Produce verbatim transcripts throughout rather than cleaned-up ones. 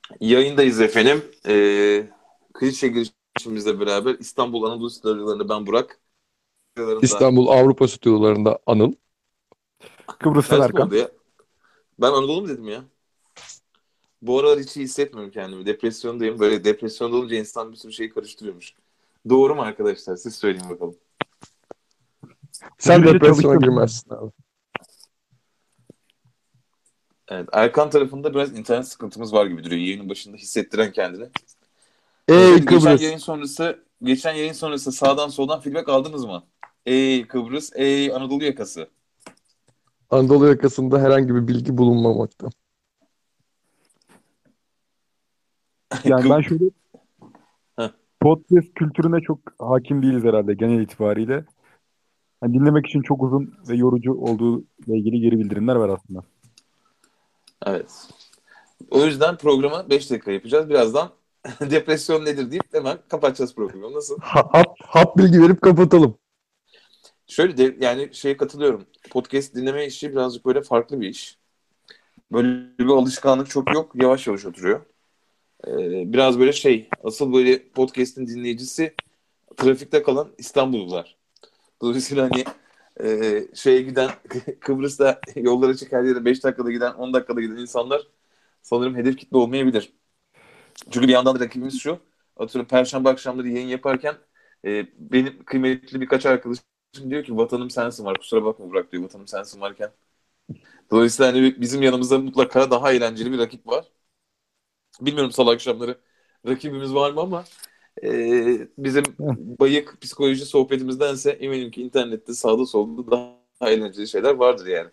Yayındayız efendim. Ee, klişe girişimizle beraber İstanbul Anadolu Stüdyolarında ben Burak. Stüdyolarında İstanbul Avrupa stüdyolarında Anıl. Kıbrıs'ta ters mi Berkan. oldu ya? Ben Anadolu mu dedim ya? Bu aralar hiç iyi hissetmiyorum kendimi. Depresyondayım. Böyle depresyonda olunca insan bir sürü şeyi karıştırıyormuş. Doğru mu arkadaşlar? Siz söyleyin bakalım. Sen Üzülünce depresyona çalışıyorsun. girmezsin abi. Evet, Erkan tarafında biraz internet sıkıntımız var gibi duruyor. Yayının başında hissettiren kendini. Ey Şöyle geçen Kıbrıs. yayın sonrası geçen yayın sonrası sağdan soldan feedback aldınız mı? Ey Kıbrıs, ey Anadolu yakası. Anadolu yakasında herhangi bir bilgi bulunmamakta. Yani ben Kıb- şöyle Heh, podcast kültürüne çok hakim değiliz herhalde genel itibariyle. Hani dinlemek için çok uzun ve yorucu olduğu ile ilgili geri bildirimler var aslında. evet. O yüzden programı beş dakika yapacağız. Birazdan depresyon nedir deyip hemen kapatacağız programı. Nasıl? Ha- Hap, hap bilgi verip kapatalım. Şöyle de yani şeye katılıyorum. Podcast dinleme işi birazcık böyle farklı bir iş. Böyle bir alışkanlık çok yok. Yavaş yavaş oturuyor. Ee, biraz böyle şey, asıl böyle podcast'in dinleyicisi trafikte kalan İstanbullular. Dolayısıyla hani e, şeye giden Kıbrıs'ta yollar açık her yere beş dakikada giden on dakikada giden insanlar sanırım hedef kitle olmayabilir. Çünkü bir yandan da rakibimiz şu. Atıyorum Perşembe akşamları yayın yaparken e, benim kıymetli birkaç arkadaşım diyor ki vatanım sensin var. Kusura bakma Burak diyor vatanım sensin varken. Dolayısıyla hani bizim yanımızda mutlaka daha eğlenceli bir rakip var. Bilmiyorum salı akşamları rakibimiz var mı ama e, bizim Heh. bayık psikoloji sohbetimizdense eminim ki internette sağda solda daha eğlenceli şeyler vardır yani.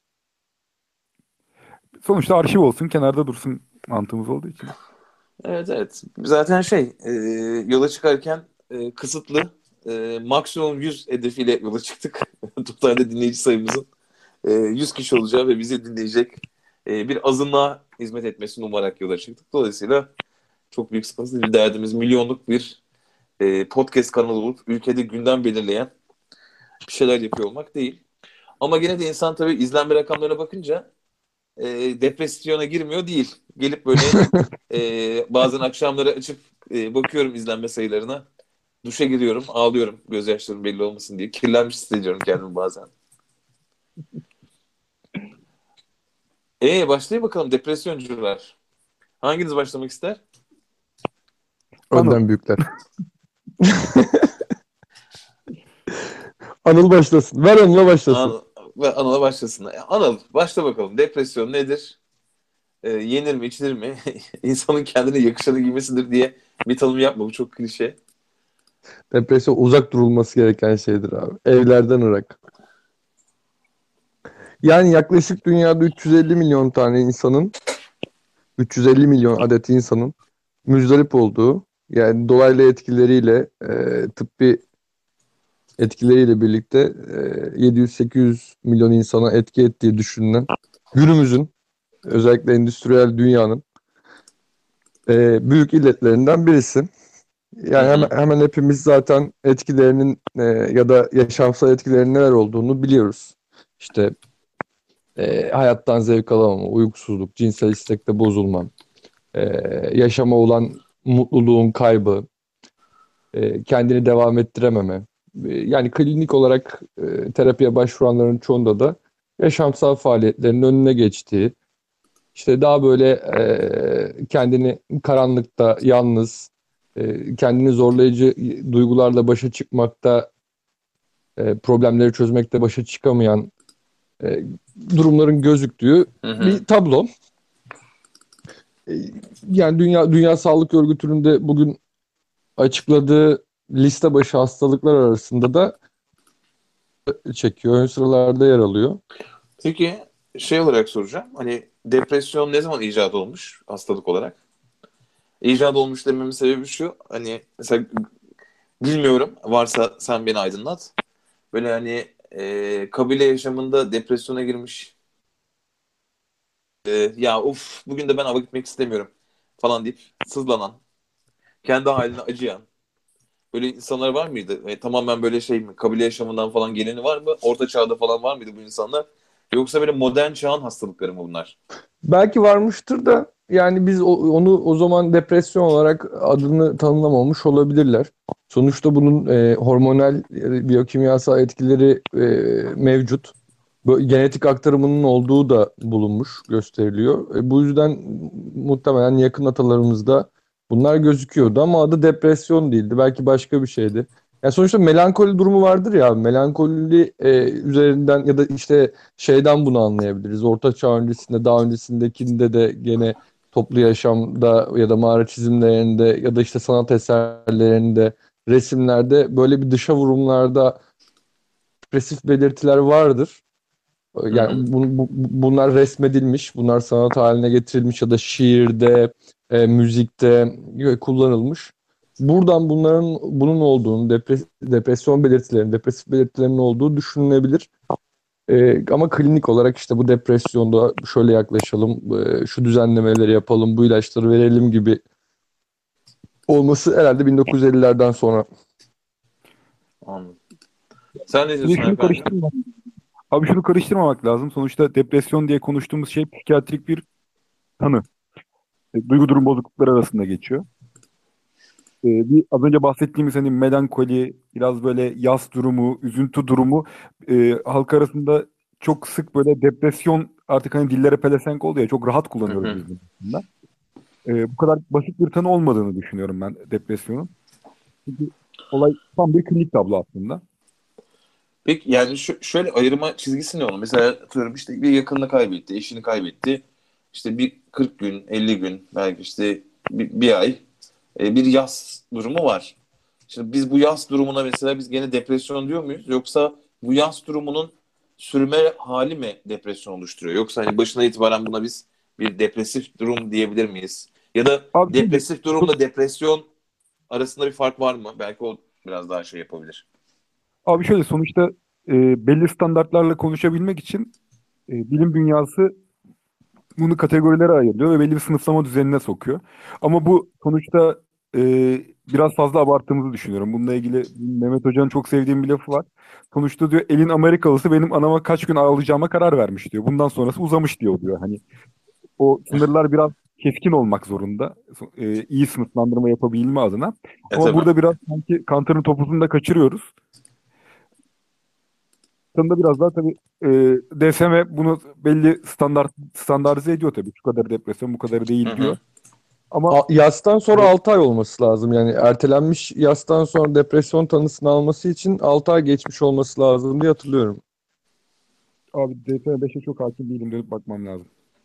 Sonuçta arşiv olsun, kenarda dursun mantığımız olduğu için. Evet evet. Zaten şey e, yola çıkarken e, kısıtlı e, maksimum yüz hedefiyle yola çıktık. Totalde dinleyici sayımızın e, yüz kişi olacağı ve bizi dinleyecek e, bir azınlığa hizmet etmesini umarak yola çıktık. Dolayısıyla çok büyük sıkıntı değil. Derdimiz milyonluk bir e, podcast kanalı olup ülkede gündem belirleyen bir şeyler yapıyor olmak değil. Ama gene de insan tabii izlenme rakamlarına bakınca e, depresyona girmiyor değil. Gelip böyle e, bazen akşamları açıp e, bakıyorum izlenme sayılarına. Duşa giriyorum, ağlıyorum gözyaşlarım belli olmasın diye. Kirlenmiş hissediyorum kendimi bazen. E başlayın bakalım depresyoncular. Hanginiz başlamak ister? Anıl. Önden büyükler. Anıl başlasın. Ver Anıl'a başlasın. Anıl, ve Anıl'a başlasın. E, Anıl başla bakalım. Depresyon nedir? E, yenir mi, içilir mi? İnsanın kendine yakışanı giymesidir diye bir tanım yapma. Bu çok klişe. Depresyon uzak durulması gereken şeydir abi. Evlerden ırak. Yani yaklaşık dünyada üç yüz elli milyon tane insanın, üç yüz elli milyon adet insanın müzdarip olduğu, yani dolaylı etkileriyle, e, tıbbi etkileriyle birlikte e, yedi yüz sekiz yüz milyon insana etki ettiği düşünülen günümüzün, özellikle endüstriyel dünyanın e, büyük illetlerinden birisi. Hı Yani hemen, hı. hemen hepimiz zaten etkilerinin e, ya da yaşamsal etkilerinin neler olduğunu biliyoruz. İşte e, hayattan zevk alamama, uykusuzluk, cinsel istekte bozulma, e, yaşama olan mutluluğun kaybı, e, kendini devam ettirememe. E, yani klinik olarak e, terapiye başvuranların çoğunda da yaşamsal faaliyetlerin önüne geçtiği, işte daha böyle e, kendini karanlıkta, yalnız, e, kendini zorlayıcı duygularla başa çıkmakta, e, problemleri çözmekte başa çıkamayan e, durumların gözüktüğü Hı hı. bir tablo. E, Yani Dünya Dünya Sağlık Örgütü'nün de bugün açıkladığı liste başı hastalıklar arasında da çekiyor. Ön sıralarda yer alıyor. Peki şey olarak soracağım. Hani depresyon ne zaman icat olmuş hastalık olarak? İcat olmuş dememin sebebi şu. Hani mesela bilmiyorum. Varsa sen beni aydınlat. Böyle hani e, kabile yaşamında depresyona girmiş. E, ya of bugün de ben ava gitmek istemiyorum falan deyip sızlanan, kendi haline acıyan böyle insanlar var mıydı? E, tamamen böyle şey mi? Kabile yaşamından falan geleni var mı? Orta çağda falan var mıydı bu insanlar? Yoksa böyle modern çağın hastalıkları mı bunlar? Belki varmıştır da yani biz o- onu o zaman depresyon olarak adını tanımlamamış olabilirler. Sonuçta bunun e, hormonal, e, biyokimyasal etkileri e, mevcut. Bu genetik aktarımının olduğu da bulunmuş, gösteriliyor. E, bu yüzden muhtemelen yakın atalarımızda bunlar gözüküyordu ama adı depresyon değildi. Belki başka bir şeydi. Yani sonuçta melankoli durumu vardır ya, melankoli e, üzerinden ya da işte şeyden bunu anlayabiliriz. Orta Çağ öncesinde, daha öncesindekinde de gene toplu yaşamda ya da mağara çizimlerinde ya da işte sanat eserlerinde, resimlerde böyle bir dışa vurumlarda depresif belirtiler vardır. Hı hı. Yani bu- bu- bunlar resmedilmiş, bunlar sanat haline getirilmiş ya da şiirde, e, müzikte kullanılmış. Buradan bunların bunun olduğunu, depres depresyon belirtilerinin, depresif belirtilerinin olduğu düşünülebilir. E, ama klinik olarak işte bu depresyonda şöyle yaklaşalım, e, şu düzenlemeleri yapalım, bu ilaçları verelim gibi olması herhalde bin dokuz yüz ellilerden sonra. Anladım. Sen ne Bir de diyorsun şunu Alper'cim? karıştırmamak. Abi şunu karıştırmamak lazım. Sonuçta depresyon diye konuştuğumuz şey psikiyatrik bir tanı. E, duygu durum bozuklukları arasında geçiyor. E, bir az önce bahsettiğimiz hani melankoli, biraz böyle yas durumu, üzüntü durumu e, halk arasında çok sık böyle depresyon artık hani dillere pelesenk oldu ya çok rahat Hı kullanıyoruz hı. biz bunu aslında. E, bu kadar basit bir tanı olmadığını düşünüyorum ben depresyonun. Çünkü olay tam bir klinik tablo aslında. Peki yani şu, şöyle ayırma çizgisi ne olur? Mesela atıyorum işte bir yakınını kaybetti, eşini kaybetti. İşte bir kırk gün, elli gün, belki işte bir, bir ay e, bir yas durumu var. Şimdi biz bu yas durumuna mesela biz gene depresyon diyor muyuz? Yoksa bu yas durumunun sürme hali mi depresyon oluşturuyor? Yoksa hani başına itibaren buna biz bir depresif durum diyebilir miyiz? Ya da Abi şöyle, depresif durumla depresyon arasında bir fark var mı? Belki o biraz daha şey yapabilir. abi şöyle sonuçta e, belli standartlarla konuşabilmek için e, bilim dünyası bunu kategorilere ayırıyor ve belli bir sınıflama düzenine sokuyor. Ama bu sonuçta e, biraz fazla abarttığımızı düşünüyorum. Bununla ilgili Mehmet Hoca'nın çok sevdiğim bir lafı var. Sonuçta diyor elin Amerikalısı benim anama kaç gün ağlayacağıma karar vermiş diyor. Bundan sonrası uzamış diyor diyor. Hani o sınırlar biraz keskin olmak zorunda. E, iyi sınıflandırma yapabilme adına. E Ama tabii. burada biraz sanki Kantar'ın topuzunu da kaçırıyoruz. Aslında biraz daha tabii e, D S M bunu belli standart standartize ediyor tabii. Şu kadar depresyon, bu kadar Hı değil diyor. hı. Ama A- Yastan sonra evet, altı ay olması lazım. Yani ertelenmiş yastan sonra depresyon tanısını alması için altı ay geçmiş olması lazım diye hatırlıyorum. abi D S M beşe çok hakim değilim, dönüp bakmam lazım.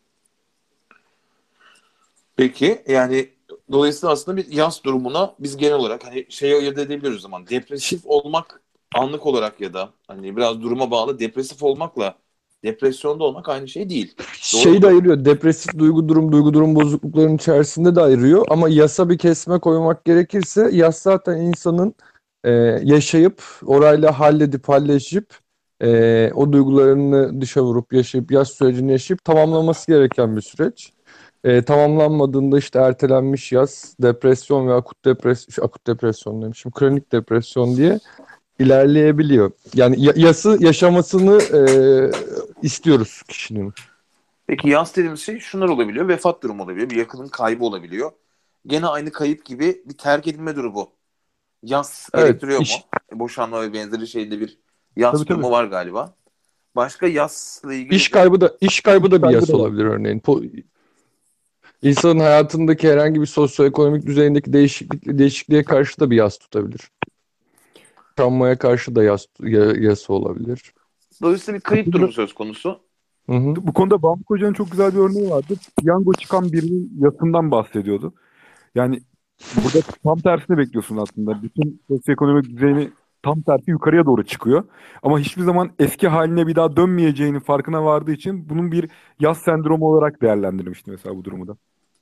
Peki yani dolayısıyla aslında bir yas durumuna biz genel olarak hani şeyi ayırt edebiliyoruz o zaman. Depresif olmak anlık olarak ya da hani biraz duruma bağlı depresif olmakla depresyonda olmak aynı şey değil. Doğru Şeyi de mudur? ayırıyor. Depresif duygu durum, duygu durum bozukluklarının içerisinde de ayırıyor. Ama yasa bir kesme koymak gerekirse yas zaten insanın e, yaşayıp orayla halledip halleşip e, o duygularını dışa vurup yaşayıp yas sürecini yaşayıp tamamlaması gereken bir süreç. E, tamamlanmadığında işte ertelenmiş yas, depresyon ve akut depresyon, akut depresyon demişim, kronik depresyon diye ilerleyebiliyor. Yani ya- yası yaşamasını e, istiyoruz kişinin. Peki yas dediğimiz şey şunlar olabiliyor. Vefat durumu olabiliyor. Bir yakının kaybı olabiliyor. Gene aynı kayıp gibi bir terk edilme durumu. Yas Evet, gerektiriyor mu? iş, E, boşanma ve benzeri şeyde bir Tabii yas tabii. durumu var galiba. Başka yasla iş ilgili de kaybı da iş kaybı İş da bir kaybı yas da var. olabilir örneğin. Po- İnsanın hayatındaki herhangi bir sosyoekonomik düzeyindeki değişiklik değişikliğe karşı da bir yas tutabilir. Travmaya karşı da yas, ya- yası olabilir. dolayısıyla bir kayıp Aslında durumu söz konusu. Hı hı. bu konuda Bamuk Hoca'nın çok güzel bir örneği vardı. Piyango çıkan birinin yasından bahsediyordu. Yani burada tam tersini bekliyorsun aslında. Bütün sosyoekonomik düzeyini tam tersi yukarıya doğru çıkıyor. Ama hiçbir zaman eski haline bir daha dönmeyeceğinin farkına vardığı için bunun bir yas sendromu olarak değerlendirmişti mesela bu durumu da.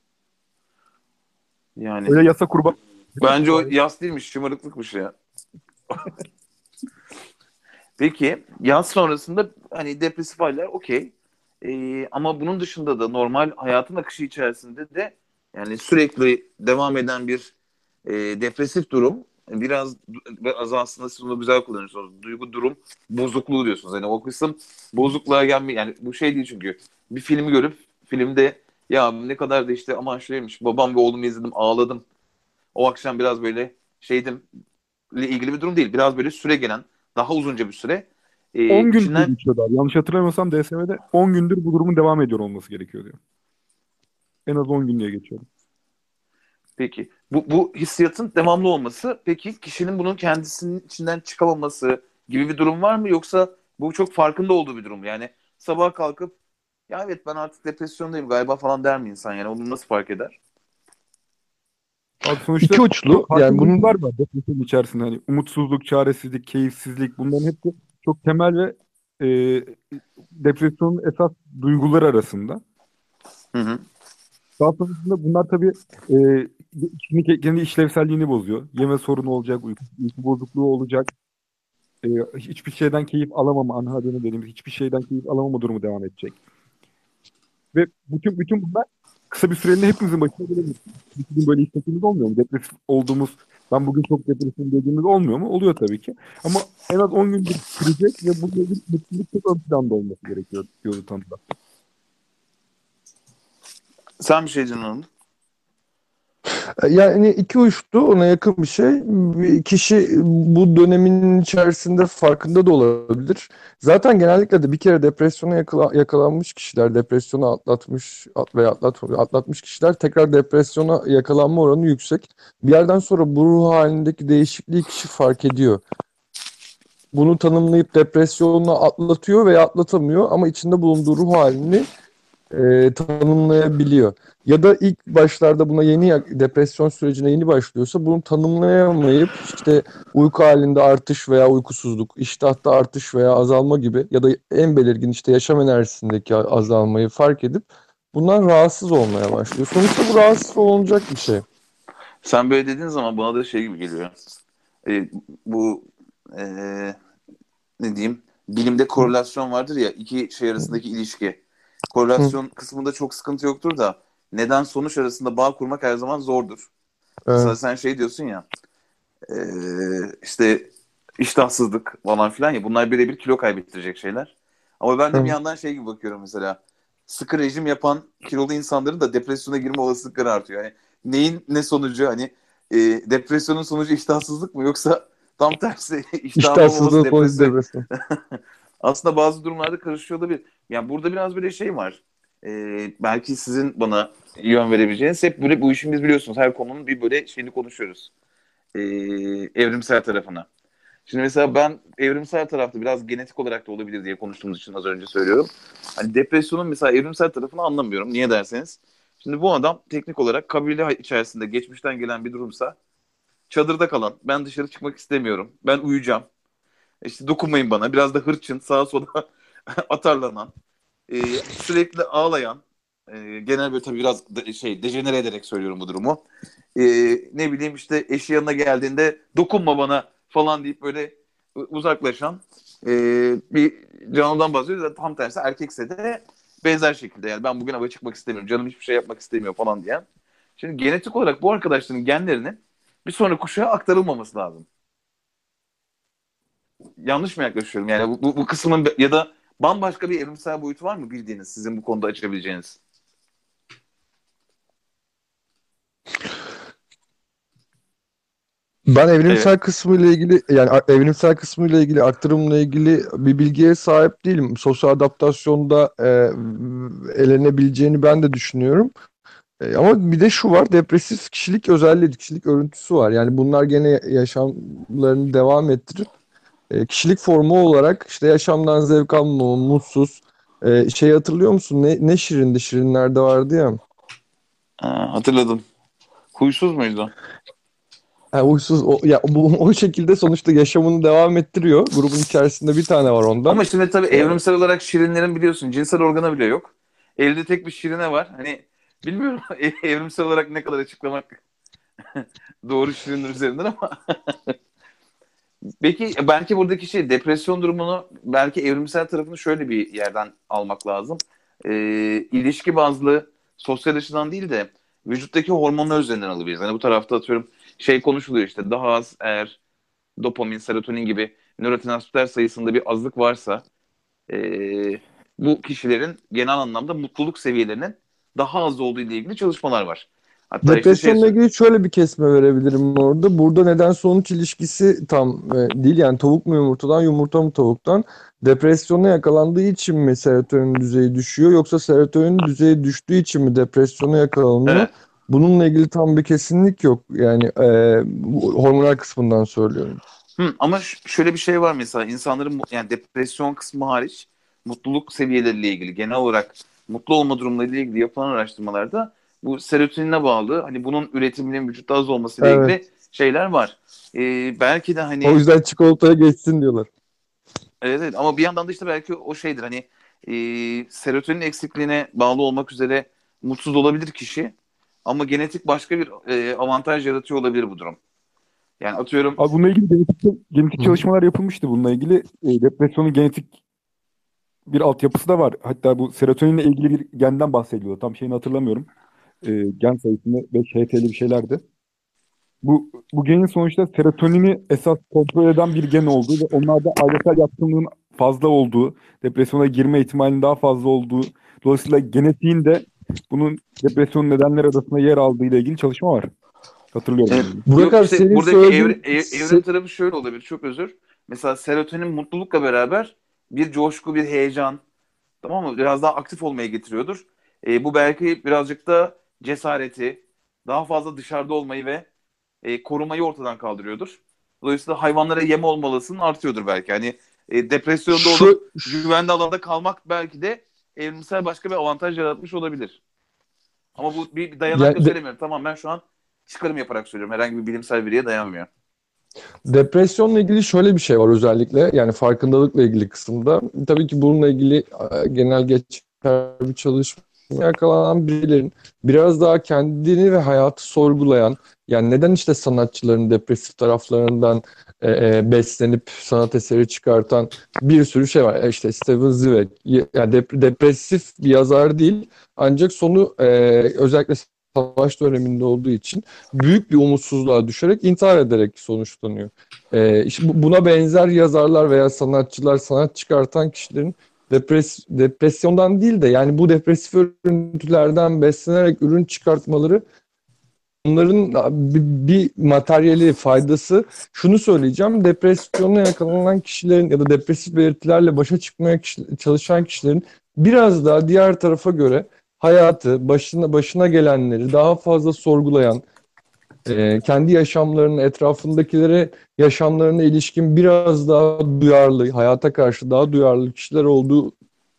Yani Öyle yasa kurban. bence o yas değilmiş, şımarıklıkmış ya. Peki yaz sonrasında hani depresif haller okey. Ee, ama bunun dışında da normal hayatın akışı içerisinde de yani sürekli devam eden bir e, depresif durum biraz biraz aslında siz onu güzel kullanıyorsunuz. Duygu durum bozukluğu diyorsunuz. Yani o kısım bozukluğa gelmiyor. Yani bu şey değil çünkü bir filmi görüp filmde Ya ne kadar da işte aman şuraymış babam ve oğlumu izledim ağladım. O akşam biraz böyle şeydim ile ilgili bir durum değil. Biraz böyle süre gelen daha uzunca bir süre. Ee, on gün diye içinden geçiyorlar. Yanlış hatırlamıyorsam D S M'de on gündür bu durumun devam ediyor olması gerekiyor diyor. En az on gün diye geçiyor. peki bu, bu hissiyatın devamlı olması peki kişinin bunun kendisinin içinden çıkamaması gibi bir durum var mı? Yoksa bu çok farkında olduğu bir durum mu? Yani sabah kalkıp ya evet ben artık depresyondayım galiba falan der mi insan yani onu nasıl fark eder? Abi sonuçta İki uçlu çok farklı yani bunun duygular var depresyon içerisinde. Hani umutsuzluk, çaresizlik, keyifsizlik bunların hepsi çok temel ve e, depresyonun esas duyguları arasında. Hı hı. Daha sonrasında bunlar tabii e, kendi, kendi işlevselliğini bozuyor. Yeme sorunu olacak, uyku, uyku bozukluğu olacak. E, hiçbir şeyden keyif alamama, anhadını dediğimiz hiçbir şeyden keyif alamama durumu devam edecek. Ve bütün bütün bunlar kısa bir süreliğine hepimizin başına gelebilir. Bizim böyle hissettiğimiz olmuyor mu? Depresif olduğumuz, ben bugün çok depresifim dediğimiz olmuyor mu? Oluyor tabii ki. Ama en az on gündür sürecek ve bununla ilgili mutluluk çok ön planda olması gerekiyor diyordu tanıda. Sen bir şey canın. yani iki uçtu ona yakın bir şey. Bir kişi bu dönemin içerisinde farkında da olabilir. Zaten genellikle de bir kere depresyona yakala- yakalanmış kişiler, depresyonu atlatmış at- veya atlat, atlatmış kişiler tekrar depresyona yakalanma oranı yüksek. Bir yerden sonra bu ruh halindeki değişikliği kişi fark ediyor. Bunu tanımlayıp depresyonla atlatıyor veya atlatamıyor ama içinde bulunduğu ruh halini e, tanımlayabiliyor. Ya da ilk başlarda buna yeni depresyon sürecine yeni başlıyorsa bunu tanımlayamayıp işte uyku halinde artış veya uykusuzluk, iştahta artış veya azalma gibi ya da en belirgin işte yaşam enerjisindeki azalmayı fark edip bundan rahatsız olmaya başlıyor. Sonuçta bu rahatsız olunacak bir şey. Sen böyle dediğin zaman bana da şey gibi geliyor. E, bu e, ne diyeyim bilimde korelasyon vardır ya iki şey arasındaki ilişki. Hı, Korelasyon kısmında çok sıkıntı yoktur da neden sonuç arasında bağ kurmak her zaman zordur. Mesela evet. sen şey diyorsun ya e, işte iştahsızlık falan filan ya bunlar birebir kilo kaybettirecek şeyler. Ama ben de bir Hı. yandan şey gibi bakıyorum mesela sıkı rejim yapan kilolu insanların da depresyona girme olasılıkları artıyor. Yani neyin ne sonucu hani e, depresyonun sonucu iştahsızlık mı yoksa tam tersi iştahın olmaması İştahsızlığın sonucu depresyon. depresyon. Aslında bazı durumlarda karışıyor olabilir. Yani burada biraz böyle şey var. Ee, belki sizin bana yön verebileceğiniz hep böyle bu işin biz biliyorsunuz her konunun bir böyle şeyini konuşuyoruz. Ee, evrimsel tarafına. Şimdi mesela ben evrimsel tarafta biraz genetik olarak da olabilir diye konuştuğumuz için az önce söylüyorum. Hani depresyonun mesela evrimsel tarafını anlamıyorum. Niye derseniz. Şimdi bu adam teknik olarak kabile içerisinde geçmişten gelen bir durumsa çadırda kalan, ben dışarı çıkmak istemiyorum, ben uyuyacağım. İşte dokunmayın bana. Biraz da hırçın, sağa sola atarlanan, e, sürekli ağlayan, e, genel böyle tabii biraz de, şey dejenere ederek söylüyorum bu durumu. E, ne bileyim işte eşi yanına geldiğinde dokunma bana falan deyip böyle uzaklaşan e, bir canlıdan bahsediyoruz. Tam tersi erkekse de benzer şekilde yani ben bugün hava çıkmak istemiyorum, canım hiçbir şey yapmak istemiyor falan diyen. Şimdi genetik olarak bu arkadaşların genlerinin bir sonraki kuşağa aktarılmaması lazım. Yanlış mı yaklaşıyorum? Yani bu, bu, bu kısmın ya da bambaşka bir evrimsel boyutu var mı bildiğiniz sizin bu konuda açabileceğiniz? Ben evrimsel Evet. kısmı ile ilgili yani a- evrimsel kısmı ile ilgili aktarımla ilgili bir bilgiye sahip değilim. Sosyal adaptasyonda e, elenebileceğini ben de düşünüyorum. E, ama bir de şu var, depresif kişilik özelliği, kişilik örüntüsü var. Yani bunlar gene yaşamlarını devam ettirip e, kişilik formu olarak işte yaşamdan zevk almama, mutsuz. E, şey hatırlıyor musun? Ne, ne şirindi? Şirinlerde vardı ya. Ha, hatırladım. Huysuz muydu? Ha, uysuz o, ya bu o şekilde sonuçta yaşamını devam ettiriyor. Grubun içerisinde bir tane var ondan. Ama şimdi tabii E, evrimsel olarak şirinlerin biliyorsun cinsel organı bile yok. Elde tek bir şirine var. Hani bilmiyorum evrimsel olarak ne kadar açıklamak doğru şirinler üzerinden ama peki belki buradaki şey depresyon durumunu belki evrimsel tarafını şöyle bir yerden almak lazım. Ee, ilişki bazlı sosyal açıdan değil de vücuttaki hormonlar üzerinden alabiliriz. Yani bu tarafta atıyorum şey konuşuluyor işte daha az eğer dopamin, serotonin gibi nörotransmitter sayısında bir azlık varsa ee, bu kişilerin genel anlamda mutluluk seviyelerinin daha az olduğu ile ilgili çalışmalar var. Hatta işte şey Depresyonla ilgili şöyle bir kesme verebilirim orada. Burada neden sonuç ilişkisi tam e, değil. Yani tavuk mu yumurtadan, yumurta mı tavuktan? Depresyona yakalandığı için mi serotonin düzeyi düşüyor, yoksa serotonin düzeyi düştüğü için mi depresyona yakalanıyor? evet. Bununla ilgili tam bir kesinlik yok. Yani e, bu hormonal kısmından söylüyorum. Hı, ama ş- şöyle bir şey var mesela insanların mu- yani depresyon kısmı hariç mutluluk seviyeleriyle ilgili genel olarak mutlu olma durumlarıyla ilgili yapılan araştırmalarda bu serotonine bağlı hani bunun üretiminin vücutta az olmasıyla ilgili Evet. şeyler var. Ee, belki de O hani yüzden çikolataya geçsin diyorlar. evet, evet. Ama bir yandan da işte belki o şeydir hani e, serotonin eksikliğine bağlı olmak üzere mutsuz olabilir kişi ama genetik başka bir e, avantaj yaratıyor olabilir bu durum. Yani atıyorum Abi bununla ilgili genetik, genetik Hı. çalışmalar yapılmıştı bununla ilgili. E, depresyonun genetik bir altyapısı da var. Hatta bu serotoninle ilgili bir genden bahsediyorlar. Tam şeyini hatırlamıyorum. E, gen sayısını beş H T'li bir şeylerdi. Bu, bu genin sonuçta serotonini esas kontrol eden bir gen olduğu ve onlarda ailesel yatkınlığın fazla olduğu, depresyona girme ihtimalinin daha fazla olduğu, dolayısıyla genetiğin de bunun depresyon nedenleri arasında yer aldığı ile ilgili çalışma var. Hatırlıyorum Evet. bunu. Burak Yok abi, işte senin buradaki evre, söylediğin ev- evrim se- tarafı şöyle olabilir. Çok özür. Mesela serotonin mutlulukla beraber bir coşku, bir heyecan, tamam mı? Biraz daha aktif olmaya getiriyordur. E, bu belki birazcık da cesareti, daha fazla dışarıda olmayı ve e, korumayı ortadan kaldırıyordur. Dolayısıyla hayvanlara yem olmalısın artıyordur belki. Hani e, depresyonda olup şu güvenli alanda kalmak belki de evrimsel başka bir avantaj yaratmış olabilir. Ama bu bir, bir dayanakla yani de- söylemiyorum. Tamam ben şu an çıkarım yaparak söylüyorum. Herhangi bir bilimsel veriye dayanmıyor. depresyonla ilgili şöyle bir şey var özellikle, yani farkındalıkla ilgili kısımda. Tabii ki bununla ilgili e, genel geçer bir çalışma, yakalanan birilerin biraz daha kendini ve hayatı sorgulayan, yani neden işte sanatçıların depresif taraflarından e, e, beslenip sanat eseri çıkartan bir sürü şey var. E, İşte Steven Zweig, y- yani dep- depresif bir yazar değil, ancak sonu e, özellikle savaş döneminde olduğu için büyük bir umutsuzluğa düşerek intihar ederek sonuçlanıyor. Ee, işte bu- buna benzer yazarlar veya sanatçılar, sanat çıkartan kişilerin depres depresyondan değil de yani bu depresif örüntülerden beslenerek ürün çıkartmaları, bunların bir, bir materyali faydası, şunu söyleyeceğim: depresyona yakalanan kişilerin ya da depresif belirtilerle başa çıkmaya kişi- çalışan kişilerin biraz daha diğer tarafa göre hayatı, başına başına gelenleri daha fazla sorgulayan, e, kendi yaşamlarının, etrafındakilere yaşamlarına ilişkin biraz daha duyarlı, hayata karşı daha duyarlı kişiler olduğu.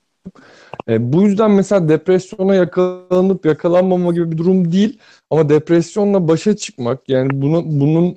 E, bu yüzden mesela depresyona yakalanıp yakalanmama gibi bir durum değil, ama depresyonla başa çıkmak, yani bunu, bunun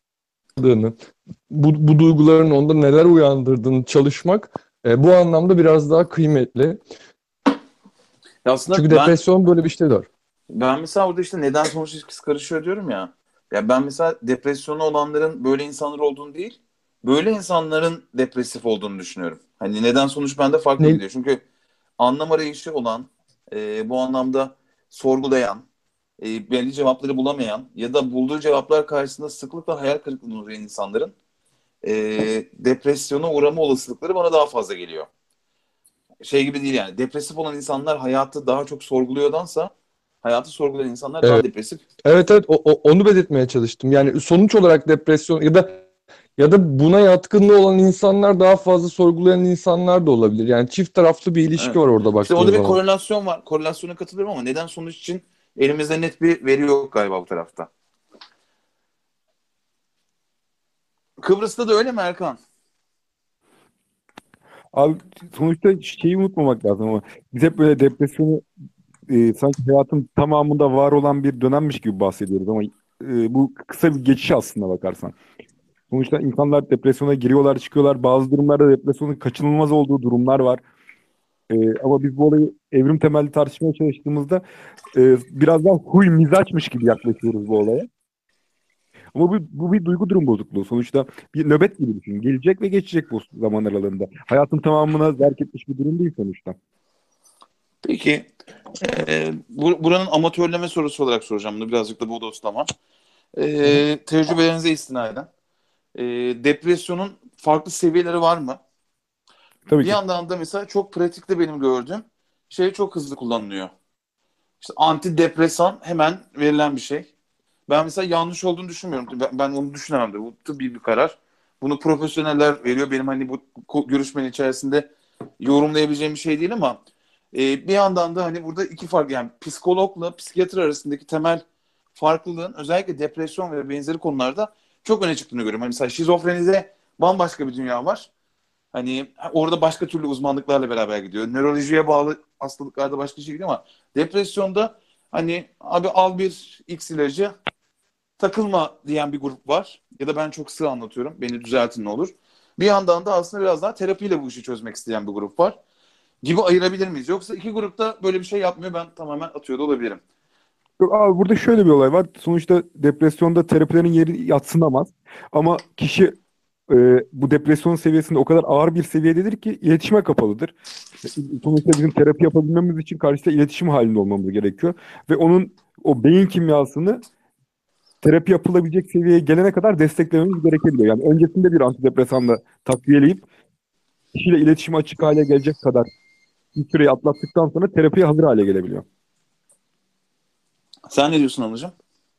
bu, bu duyguların onda neler uyandırdığını çalışmak e, bu anlamda biraz daha kıymetli. Ya aslında Çünkü ben depresyon böyle bir şey var. ben mesela orada işte neden sonuç ilişkisi karışıyor diyorum ya. Ya ben mesela depresyonu olanların böyle insanlar olduğunu değil, böyle insanların depresif olduğunu düşünüyorum. Hani neden sonuç bende farklı Ne, gidiyor. Çünkü anlam arayışı olan, e, bu anlamda sorgulayan, e, belli cevapları bulamayan ya da bulduğu cevaplar karşısında sıklıkla hayal kırıklığına uğrayan insanların e, depresyona uğrama olasılıkları bana daha fazla geliyor. Şey gibi değil yani. Depresif olan insanlar hayatı daha çok sorguluyordansa hayatı sorgulayan insanlar daha evet. depresif. Evet, evet, o, o- onu belirtmeye çalıştım. Yani sonuç olarak depresyon ya da ya da buna yatkınlığı olan insanlar daha fazla sorgulayan insanlar da olabilir. Yani çift taraflı bir ilişki Evet. var orada İşte baktığın orada bir zaman. korelasyon var. Korelasyona katılıyorum ama neden sonuç için elimizde net bir veri yok galiba bu tarafta. Kıbrıs'ta da öyle mi Erkan? Abi sonuçta şeyi unutmamak lazım ama biz hep böyle depresyonu e, sanki hayatın tamamında var olan bir dönemmiş gibi bahsediyoruz ama e, bu kısa bir geçiş aslında bakarsan. Sonuçta insanlar depresyona giriyorlar, çıkıyorlar. Bazı durumlarda depresyonun kaçınılmaz olduğu durumlar var. E, ama biz bu olayı evrim temelli tartışmaya çalıştığımızda e, biraz daha huy mizaçmış gibi yaklaşıyoruz bu olaya. Ama bu, bu bir duygu durum bozukluğu. Sonuçta bir nöbet gibi düşün. Gelecek ve geçecek bu zaman aralığında. Hayatın tamamına zerk etmiş bir durum değil sonuçta. Peki e, bu, buranın amatörleme sorusu olarak soracağım bunu birazcık da bu dostlama. Hı hı. E, tecrübelerinize istinaden. E, depresyonun farklı seviyeleri var mı? Tabii Bir ki. yandan da mesela çok pratikte benim gördüğüm şey çok hızlı kullanılıyor. İşte antidepresan hemen verilen bir şey. Ben mesela yanlış olduğunu düşünmüyorum. Ben, ben onu düşünemem de. Bu tıbbi bir karar. Bunu profesyoneller veriyor. Benim hani bu ko- görüşmenin içerisinde yorumlayabileceğim bir şey değil ama e, bir yandan da hani burada iki fark, yani psikologla psikiyatr arasındaki temel farklılığın özellikle depresyon ve benzeri konularda çok öne çıktığını görüyorum. Hani mesela şizofrenide bambaşka bir dünya var. Hani orada başka türlü uzmanlıklarla beraber gidiyor. Nörolojiye bağlı hastalıklarda başka şey gidiyor ama depresyonda hani abi al bir X ilacı, takılma diyen bir grup var. Ya da ben çok sığ anlatıyorum. Beni düzeltin ne olur. Bir yandan da aslında biraz daha terapiyle bu işi çözmek isteyen bir grup var. Gibi ayırabilir miyiz? Yoksa iki grupta böyle bir şey yapmıyor. Ben tamamen atıyor da olabilirim. Yok abi, burada şöyle bir olay var. Sonuçta depresyonda terapilerin yeri yadsınamaz. Ama kişi e, bu depresyon seviyesinde o kadar ağır bir seviyededir ki iletişime kapalıdır. Sonuçta bizim terapi yapabilmemiz için karşıyla iletişim halinde olmamız gerekiyor. Ve onun o beyin kimyasını terapi yapılabilecek seviyeye gelene kadar desteklememiz gerekebiliyor. Yani öncesinde bir antidepresanla takviyeleyip kişiyle iletişime açık hale gelecek kadar bir süreyi atlattıktan sonra terapiye hazır hale gelebiliyor. Sen ne diyorsun Anılcığım?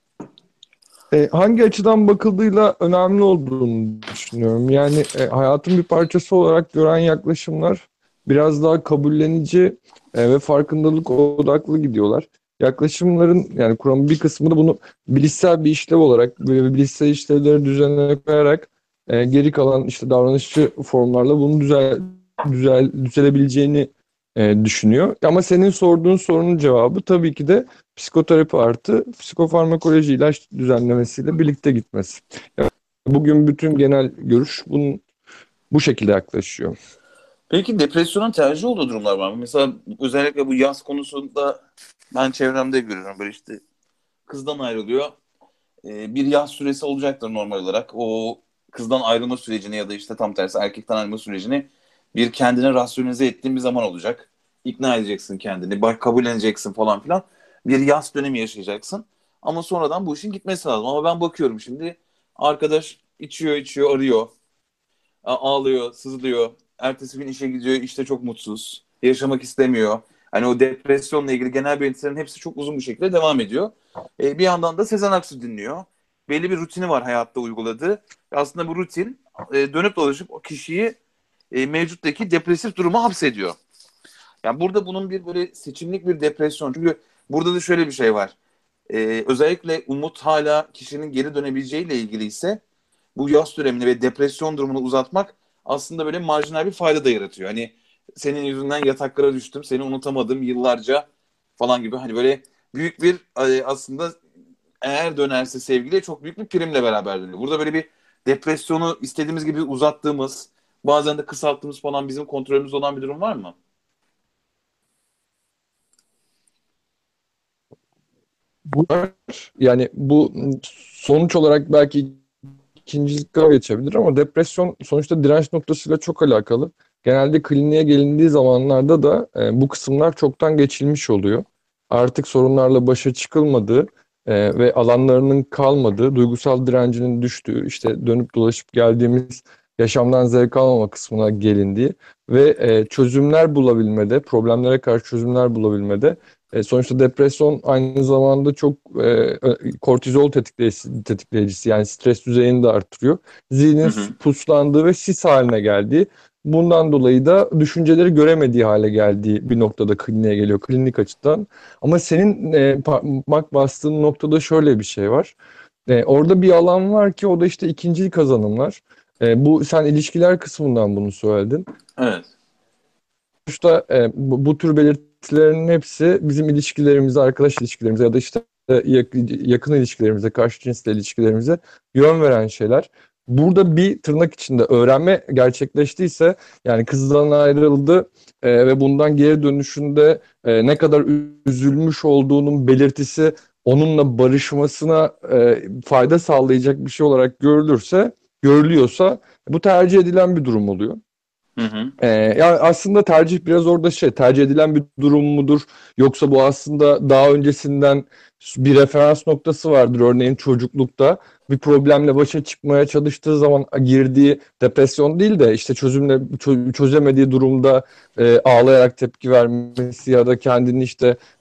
E, hangi açıdan bakıldığıyla önemli olduğunu düşünüyorum. Yani e, hayatın bir parçası olarak gören yaklaşımlar biraz daha kabullenici e, ve farkındalık odaklı gidiyorlar. Yaklaşımların yani kuramın bir kısmı da bunu bilişsel bir işlev olarak böyle bilişsel işlevleri düzenine koyarak e, geri kalan işte davranışçı formlarla bunu düzel, düzel düzelebileceğini e, düşünüyor. Ama senin sorduğun sorunun cevabı tabii ki de psikoterapi artı psikofarmakoloji ilaç düzenlemesiyle birlikte gitmesi. Yani bugün bütün genel görüş bunun bu şekilde yaklaşıyor. Peki depresyonun tercih olduğu durumlar var mı? Mesela özellikle bu yaz konusunda ben çevremde görüyorum. Böyle işte kızdan ayrılıyor. Ee, bir yaz süresi olacaktır normal olarak. O kızdan ayrılma sürecini ya da işte tam tersi erkekten ayrılma sürecini bir kendine rasyonize ettiğin bir zaman olacak. İkna edeceksin kendini, bak kabulleneceksin falan filan. Bir yaz dönemi yaşayacaksın. Ama sonradan bu işin gitmesi lazım. Ama ben bakıyorum şimdi arkadaş içiyor içiyor arıyor. A- Ağlıyor, sızlıyor. Ertesi gün işe gidiyor, işte çok mutsuz. Yaşamak istemiyor. Hani o depresyonla ilgili genel belirtilerin hepsi çok uzun bir şekilde devam ediyor. E, bir yandan da Sezen Aksu dinliyor. Belli bir rutini var hayatta uyguladığı. Ve aslında bu rutin e, dönüp dolaşıp o kişiyi e, mevcuttaki depresif duruma hapsediyor. Yani burada bunun bir böyle seçimlik bir depresyon. Çünkü burada da şöyle bir şey var. E, özellikle umut hala kişinin geri dönebileceğiyle ilgili ise bu yaz dönemini ve depresyon durumunu uzatmak aslında böyle marjinal bir fayda da yaratıyor. Hani senin yüzünden yataklara düştüm, seni unutamadım yıllarca falan gibi, hani böyle büyük bir e, aslında eğer dönerse sevgiliye çok büyük bir primle beraber dönüyor. Burada böyle bir depresyonu istediğimiz gibi uzattığımız, bazen de kısalttığımız falan bizim kontrolümüzde olan bir durum var mı? Bu yani bu sonuç olarak belki ikincilikle geçebilir ama depresyon sonuçta direnç noktasıyla çok alakalı. Genelde kliniğe gelindiği zamanlarda da e, bu kısımlar çoktan geçilmiş oluyor. Artık sorunlarla başa çıkılmadığı e, ve alanlarının kalmadığı, duygusal direncinin düştüğü, işte dönüp dolaşıp geldiğimiz yaşamdan zevk almama kısmına gelindiği ve e, çözümler bulabilmede, problemlere karşı çözümler bulabilmede e, sonuçta depresyon aynı zamanda çok e, kortizol tetikleyicisi, tetikleyicisi yani stres düzeyini de artırıyor. Hı Zihnin hı. puslandığı ve sis haline geldiği, bundan dolayı da düşünceleri göremediği hale geldiği bir noktada kliniğe geliyor klinik açıdan. Ama senin e, parmak bastığın noktada şöyle bir şey var. E, orada bir alan var ki o da işte ikincil kazanımlar. E, bu sen ilişkiler kısmından bunu söyledin. Evet. Sonuçta e, bu, bu tür belirtilerin hepsi bizim ilişkilerimize, arkadaş ilişkilerimize ya da işte yak- yakın ilişkilerimize, karşı cinsle ilişkilerimize yön veren şeyler. Burada bir tırnak içinde öğrenme gerçekleştiyse, yani kızdan ayrıldı e, ve bundan geri dönüşünde e, ne kadar üzülmüş olduğunun belirtisi onunla barışmasına e, fayda sağlayacak bir şey olarak görülürse, görülüyorsa bu tercih edilen bir durum oluyor. Hı hı. Ee, yani aslında tercih biraz orada şey, tercih edilen bir durum mudur? Yoksa bu aslında daha öncesinden bir referans noktası vardır. Örneğin çocuklukta bir problemle başa çıkmaya çalıştığı zaman girdiği depresyon değil de işte çözümle çö- çözemediği durumda e, ağlayarak tepki vermesi ya da kendini işte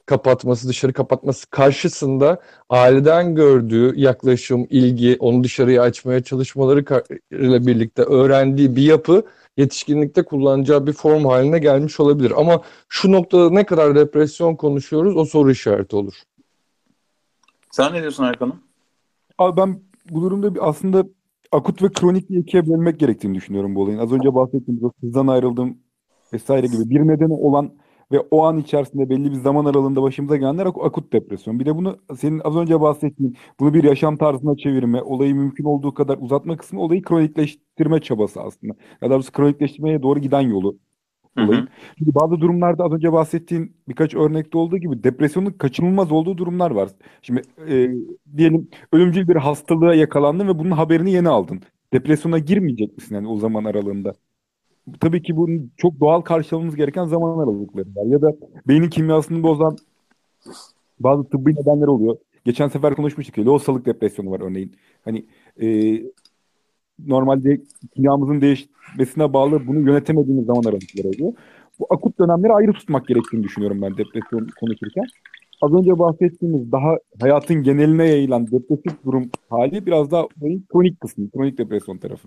kapatması, dışarı kapatması karşısında aileden gördüğü yaklaşım, ilgi, onu dışarıya açmaya çalışmaları ile birlikte öğrendiği bir yapı yetişkinlikte kullanacağı bir form haline gelmiş olabilir. Ama şu noktada ne kadar depresyon konuşuyoruz o soru işareti olur. Sen ne diyorsun Erkan'ım? Abi ben bu durumda bir aslında akut ve kronik diye ikiye bölmek gerektiğini düşünüyorum bu olayın. Az önce bahsettiğim o kızdan ayrıldım vesaire gibi bir nedeni olan ve o an içerisinde belli bir zaman aralığında başımıza gelenler ak- akut depresyon. Bir de bunu senin az önce bahsettiğin bunu bir yaşam tarzına çevirme, olayı mümkün olduğu kadar uzatma kısmı olayı kronikleştirme çabası aslında. Ya da doğrusu kronikleştirmeye doğru giden yolu Hı hı. olayın. Çünkü bazı durumlarda az önce bahsettiğin birkaç örnekte olduğu gibi depresyonun kaçınılmaz olduğu durumlar var. Şimdi e, diyelim ölümcül bir hastalığa yakalandın ve bunun haberini yeni aldın. Depresyona girmeyecek misin yani o zaman aralığında? Tabii ki bunun çok doğal karşılamamız gereken zaman aralıkları var. Ya da beynin kimyasını bozan bazı tıbbi nedenler oluyor. Geçen sefer konuşmuştuk ya, lohusalık depresyonu var örneğin. Hani e, normalde kimyamızın değişmesine bağlı bunu yönetemediğimiz zaman aralıkları oluyor. Bu akut dönemleri ayrı tutmak gerektiğini düşünüyorum ben depresyon konuşurken. Az önce bahsettiğimiz daha hayatın geneline yayılan depresif durum hali biraz daha olayın kronik kısmı, kronik depresyon tarafı.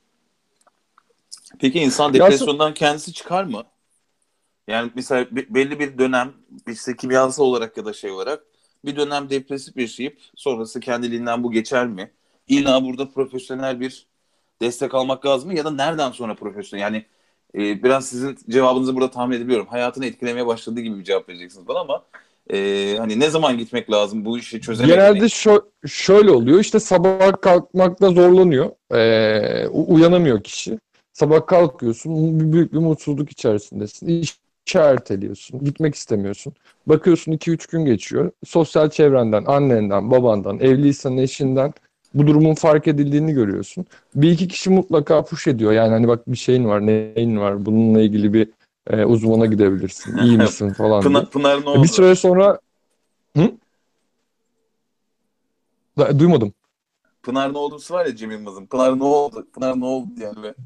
Peki insan Ya aslında depresyondan kendisi çıkar mı? Yani mesela be- belli bir dönem işte kimyasal olarak ya da şey olarak bir dönem depresif yaşayıp sonrası kendiliğinden bu geçer mi? İlla burada profesyonel bir destek almak lazım mı? Ya da nereden sonra profesyonel? Yani e, biraz sizin cevabınızı burada tahmin edebiliyorum. Hayatını etkilemeye başladığı gibi bir cevap vereceksiniz bana ama e, hani ne zaman gitmek lazım bu işi çözemek hani? genelde şö şöyle oluyor işte sabah kalkmakta zorlanıyor. Ee, u- uyanamıyor kişi. Sabah kalkıyorsun bir- büyük bir mutsuzluk içerisindesin. İş işe erteliyorsun. Gitmek istemiyorsun. Bakıyorsun iki üç gün geçiyor. Sosyal çevrenden, annenden, babandan, evliysen eşinden bu durumun fark edildiğini görüyorsun. Bir iki kişi mutlaka push ediyor. Yani hani bak bir şeyin var, neyin var. Bununla ilgili bir e, uzmana gidebilirsin. İyi misin falan diye. Pınar, Pınar ne E, Bir oldu? süre sonra hı? Da- Duymadım. Pınar ne oldusu var ya Cem Yılmaz'ın. Pınar ne oldu? Pınar ne oldu yani be?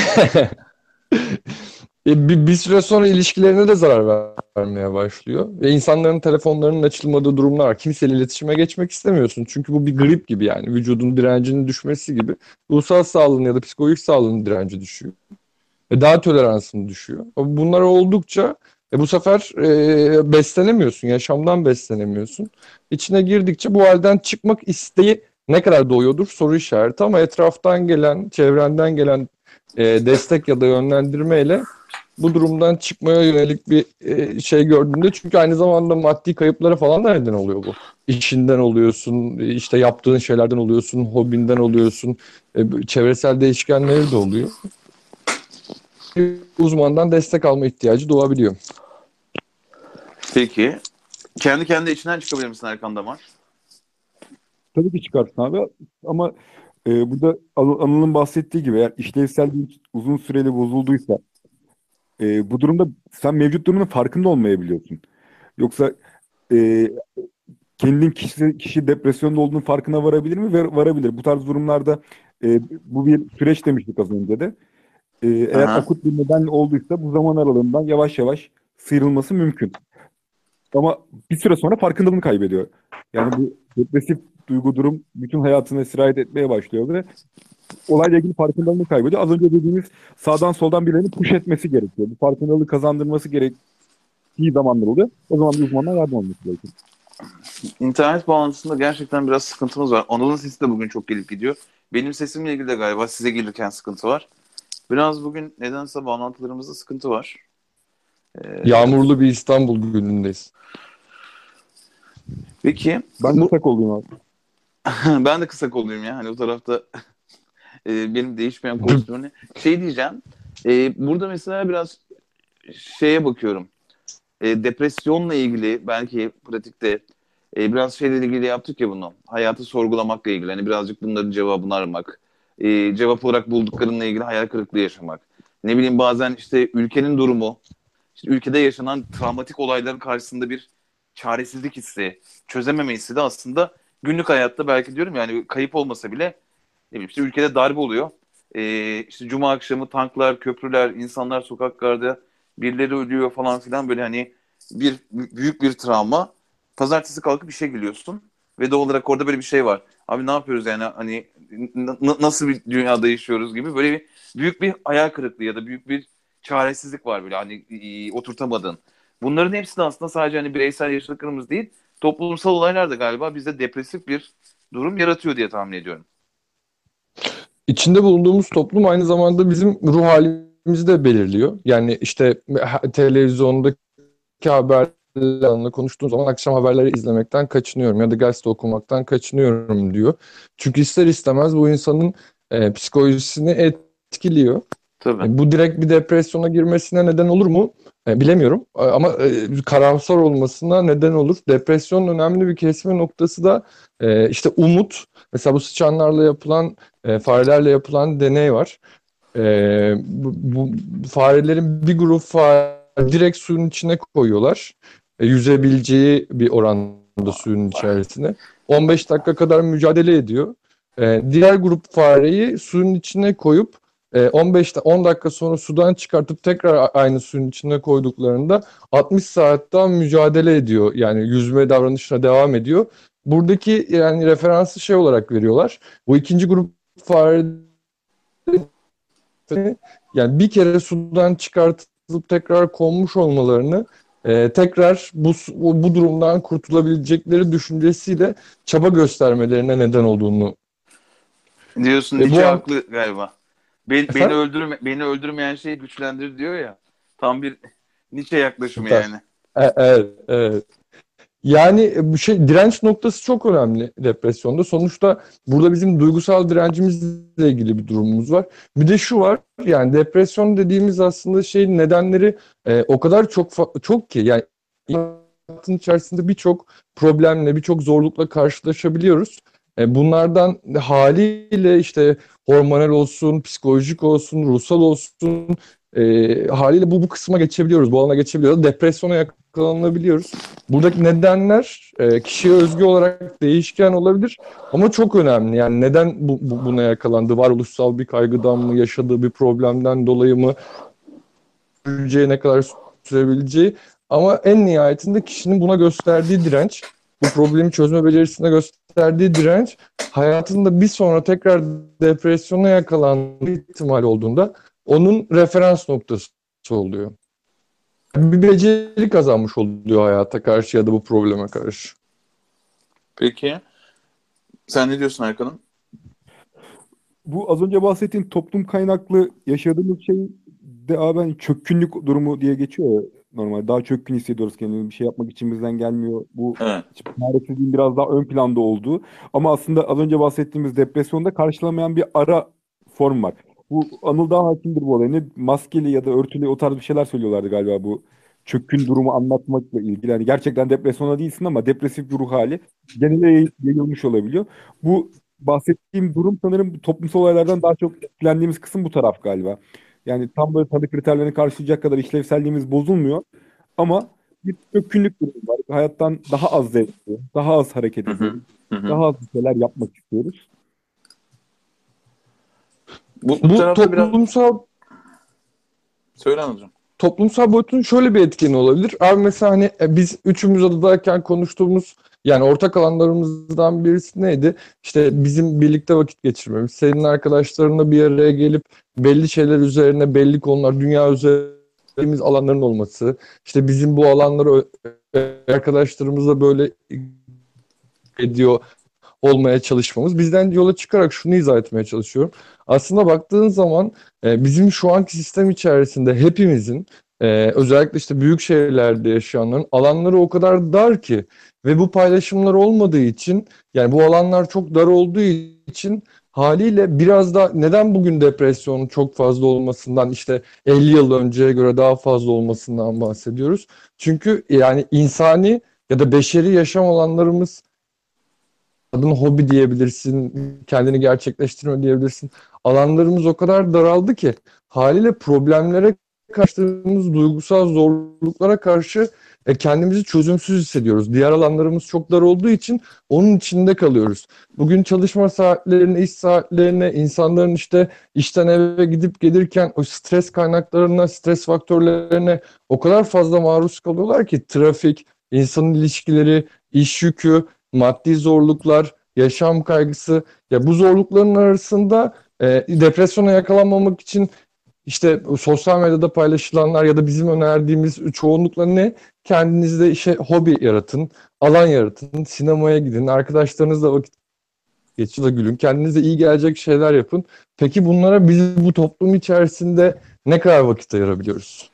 E, bir, bir süre sonra ilişkilerine de zarar ver- vermeye başlıyor. Ve insanların telefonlarının açılmadığı durumlar var. Kimseyle iletişime geçmek istemiyorsun. Çünkü bu bir grip gibi yani. Vücudun direncinin düşmesi gibi. Ruhsal sağlığın ya da psikolojik sağlığın direnci düşüyor. Ve daha toleransın düşüyor. Bunlar oldukça e, bu sefer e, beslenemiyorsun. Yaşamdan beslenemiyorsun. İçine girdikçe bu halden çıkmak isteği ne kadar doğuyordur soru işareti ama etraftan gelen, çevrenden gelen e, destek ya da yönlendirmeyle bu durumdan çıkmaya yönelik bir e, şey gördüğünde çünkü aynı zamanda maddi kayıplara falan da neden oluyor bu. İşinden oluyorsun, işte yaptığın şeylerden oluyorsun, hobinden oluyorsun, e, çevresel değişkenleri de oluyor. Uzmandan destek alma ihtiyacı doğabiliyor. Peki. Kendi kendi içinden çıkabilir misin Erkan Damar? Tabii ki çıkarsın abi ama e, burada Anıl- Anıl'ın bahsettiği gibi eğer işlevsel bir uzun süreli bozulduysa e, bu durumda sen mevcut durumunun farkında olmayabiliyorsun. Yoksa e, kendin kişi, kişi depresyonda olduğunun farkına varabilir mi? Var- varabilir. Bu tarz durumlarda e, bu bir süreç demiştik az önce de. E, eğer Aha. akut bir neden olduysa bu zaman aralığından yavaş yavaş sıyrılması mümkün. Ama bir süre sonra farkındalığını kaybediyor. Yani bu depresif duygu durum bütün hayatına sirayet etmeye başlıyor ve olayla ilgili farkındalığını kaybediyor. Az önce dediğimiz sağdan soldan birilerinin push etmesi gerekiyor. Bu farkındalığı kazandırması gerektiği zamanlar oluyor. O zaman bir uzmandan yardım alması gerekiyor. İnternet bağlantısında gerçekten biraz sıkıntımız var. Anadolu'nun sesi de bugün çok gelip gidiyor. Benim sesimle ilgili de galiba size gelirken sıkıntı var. Biraz bugün nedense bağlantılarımızda sıkıntı var. Ee, Yağmurlu bir İstanbul günündeyiz. peki Ben de bu tak olayım abi. ben de kısa koluyum ya. Hani o tarafta e, benim değişmeyen kostümüne. Şey diyeceğim. E, burada mesela biraz şeye bakıyorum. E, depresyonla ilgili belki pratikte e, biraz şeyle ilgili yaptık ya bunu. Hayatı sorgulamakla ilgili. Hani birazcık bunların cevabını aramak. E, cevap olarak bulduklarınla ilgili hayal kırıklığı yaşamak. Ne bileyim bazen işte ülkenin durumu, işte ülkede yaşanan travmatik olayların karşısında bir çaresizlik hissi, çözememe hissi de aslında günlük hayatta belki diyorum yani kayıp olmasa bile ne bileyim işte ülkede darbe oluyor. E, işte cuma akşamı tanklar, köprüler, insanlar sokaklarda birileri ölüyor falan filan böyle hani bir büyük bir travma. Pazartesi kalkıp işe geliyorsun ve doğal olarak orada böyle bir şey var. Abi ne yapıyoruz yani, hani n- nasıl bir dünyada yaşıyoruz gibi böyle bir büyük bir hayal kırıklığı ya da büyük bir çaresizlik var böyle, hani e, oturtamadın. Bunların hepsi de aslında sadece hani bireysel yaşadıklarımız değil, toplumsal olaylar da galiba bizde depresif bir durum yaratıyor diye tahmin ediyorum. İçinde bulunduğumuz toplum aynı zamanda bizim ruh halimizi de belirliyor. Yani işte ha- televizyondaki haberlerle konuştuğum zaman akşam haberleri izlemekten kaçınıyorum ya da gazete okumaktan kaçınıyorum diyor. Çünkü ister istemez bu insanın e, psikolojisini etkiliyor. Tabii. E, bu direkt bir depresyona girmesine neden olur mu? E, bilemiyorum. E, ama e, karamsar olmasına neden olur. Depresyonun önemli bir kesme noktası da e, işte umut. Mesela bu sıçanlarla yapılan, e, farelerle yapılan deney var. E, bu, bu farelerin bir grup fare direkt suyun içine koyuyorlar. E, yüzebileceği bir oranda suyun içerisine. on beş dakika kadar mücadele ediyor. E, diğer grup fareyi suyun içine koyup e, on beş on dakika sonra sudan çıkartıp tekrar aynı suyun içine koyduklarında altmış saat daha mücadele ediyor. Yani yüzme davranışına devam ediyor. Buradaki yani referansı şey olarak veriyorlar. Bu ikinci grup fare yani bir kere sudan çıkartılıp tekrar konmuş olmalarını e, tekrar bu bu durumdan kurtulabilecekleri düşüncesiyle çaba göstermelerine neden olduğunu. Diyorsun E, bu Nietzsche an haklı galiba. Beni, beni efendim? öldürme, beni öldürmeyen şey güçlendirir diyor ya. Tam bir Nietzsche yaklaşımı Süper. yani. E, evet, evet. Yani bu şey direnç noktası çok önemli depresyonda. Sonuçta burada bizim duygusal direncimizle ilgili bir durumumuz var. Bir de şu var, yani depresyon dediğimiz aslında şeyin nedenleri e, o kadar çok fa- çok ki yani hayatın içerisinde birçok problemle, birçok zorlukla karşılaşabiliyoruz. E, bunlardan haliyle işte hormonal olsun, psikolojik olsun, ruhsal olsun e, haliyle bu bu kısma geçebiliyoruz, bu alana geçebiliyoruz. Depresyona yakalanabiliyoruz. Buradaki nedenler e, kişiye özgü olarak değişken olabilir ama çok önemli. Yani neden bu, bu- buna yakalandı? Varoluşsal bir kaygıdan mı, yaşadığı bir problemden dolayı mı, süreceği ne kadar sürebileceği. Ama en nihayetinde kişinin buna gösterdiği direnç, bu problemi çözme becerisine gösterdiği direnç, hayatında bir sonra tekrar depresyona yakalanma ihtimali olduğunda onun referans noktası oluyor. Bir beceri kazanmış oluyor hayata karşı ya da bu probleme karşı. Peki. Sen ne diyorsun Erkan'ım? Bu az önce bahsettiğin toplum kaynaklı yaşadığımız şey de abi hani çökkünlük durumu diye geçiyor ya normal. Daha çökkün hissediyoruz kendimizi. Bir şey yapmak içimizden gelmiyor. Bu Evet. çaresizliğin biraz daha ön planda olduğu. Ama aslında az önce bahsettiğimiz depresyonda karşılamayan bir ara form var. Bu Anıl daha hakimdir bu olaya. Ne maskeli ya da örtülü o tarz bir şeyler söylüyorlardı galiba bu çökkün durumu anlatmakla ilgili. Yani gerçekten depresyona değilsin ama depresif bir ruh hali genele yay- yayılmış olabiliyor. Bu bahsettiğim durum sanırım toplumsal olaylardan daha çok etkilendiğimiz kısım bu taraf galiba. Yani tam böyle tanı kriterlerini karşılayacak kadar işlevselliğimiz bozulmuyor ama bir çökkünlük durumu var. Hayattan daha az zevkli, daha az hareket Hı hı. ediyoruz, Hı hı. daha az bir şeyler yapmak istiyoruz. Bu, bu Bu tarafta biraz toplumsal söyle hocam. toplumsal boyutun şöyle bir etkeni olabilir. Abi mesela hani e, biz üçümüz adadayken konuştuğumuz yani ortak alanlarımızdan birisi neydi? İşte bizim birlikte vakit geçirmemiz, senin arkadaşlarınla bir araya gelip belli şeyler üzerine, belli konular, dünya üzerimiz alanların olması. İşte bizim bu alanları ö- arkadaşlarımızla böyle ediyor olmaya çalışmamız. Bizden yola çıkarak şunu izah etmeye çalışıyorum. Aslında baktığın zaman e, bizim şu anki sistem içerisinde hepimizin e, özellikle işte büyük şehirlerde yaşayanların alanları o kadar dar ki ve bu paylaşımlar olmadığı için yani bu alanlar çok dar olduğu için haliyle biraz da neden bugün depresyonun çok fazla olmasından işte elli yıl önceye göre daha fazla olmasından bahsediyoruz. Çünkü yani insani ya da beşeri yaşam alanlarımız adına hobi diyebilirsin, kendini gerçekleştirme diyebilirsin. Alanlarımız o kadar daraldı ki haliyle problemlere karşılaştığımız duygusal zorluklara karşı e, kendimizi çözümsüz hissediyoruz. Diğer alanlarımız çok dar olduğu için onun içinde kalıyoruz. Bugün çalışma saatlerine, iş saatlerine, insanların işte işten eve gidip gelirken o stres kaynaklarına, stres faktörlerine o kadar fazla maruz kalıyorlar ki trafik, insan ilişkileri, iş yükü, maddi zorluklar, yaşam kaygısı. Ya bu zorlukların arasında e, depresyona yakalanmamak için işte sosyal medyada paylaşılanlar ya da bizim önerdiğimiz çoğunlukla ne? Kendinizde işe hobi yaratın, alan yaratın, sinemaya gidin, arkadaşlarınızla vakit geçirin, gülün, kendinize iyi gelecek şeyler yapın. Peki bunlara biz bu toplum içerisinde ne kadar vakit ayırabiliyoruz?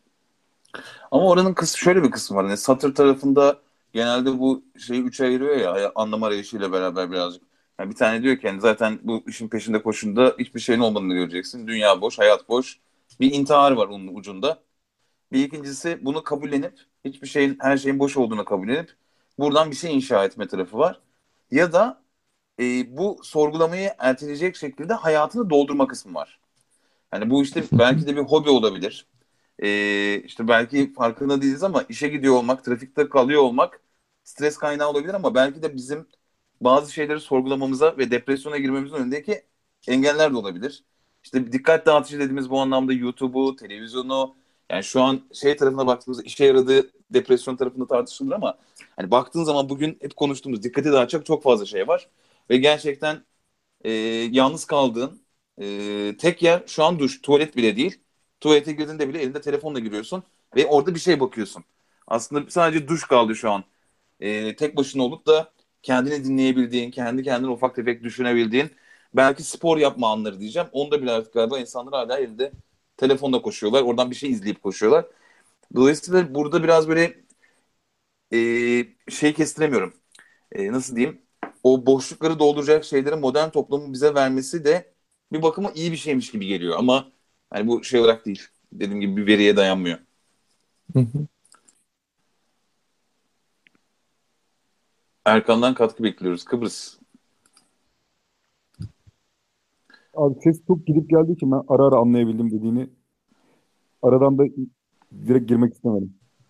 Ama oranın kıs şöyle bir kısmı var. Yani satır tarafında genelde bu şeyi üçe ayırıyor ya, anlam arayışıyla beraber birazcık. Yani bir tane diyor ki yani zaten bu işin peşinde koşunda hiçbir şeyin olmadığını göreceksin. Dünya boş, hayat boş. Bir intihar var onun ucunda. Bir ikincisi bunu kabullenip hiçbir şeyin, her şeyin boş olduğunu kabullenip buradan bir şey inşa etme tarafı var. Ya da e, bu sorgulamayı erteleyecek şekilde hayatını doldurma kısmı var. Yani bu işte belki de bir hobi olabilir. Ee, işte belki farkında değiliz ama işe gidiyor olmak, trafikte kalıyor olmak stres kaynağı olabilir ama belki de bizim bazı şeyleri sorgulamamıza ve depresyona girmemizin önündeki engeller de olabilir. İşte dikkat dağıtıcı dediğimiz bu anlamda YouTube'u, televizyonu, yani şu an şey tarafına baktığımızda işe yaradığı depresyon tarafında tartışılır ama hani baktığın zaman bugün hep konuştuğumuz dikkati dağıtacak çok fazla şey var ve gerçekten e, yalnız kaldığın e, tek yer şu an duş. Tuvalet bile değil. Tuvalete girdiğinde bile elinde telefonla giriyorsun ve orada bir şey bakıyorsun. Aslında sadece duş kaldı şu an. E, tek başına olup da kendini dinleyebildiğin, kendi kendine ufak tefek düşünebildiğin, belki spor yapma anları diyeceğim. Onda bile artık galiba insanlar hala elinde telefonla koşuyorlar. Oradan bir şey izleyip koşuyorlar. Dolayısıyla burada biraz böyle e, şey kestiremiyorum. E, nasıl diyeyim? O boşlukları dolduracak şeyleri modern toplumun bize vermesi de bir bakıma iyi bir şeymiş gibi geliyor. Ama hani bu şey olarak değil. Dediğim gibi bir veriye dayanmıyor. Hı hı. Erkan'dan katkı bekliyoruz. Kıbrıs. Abi ses çok gidip geldiği için ben ara ara anlayabildim dediğini. Aradan da direkt girmek istemedim.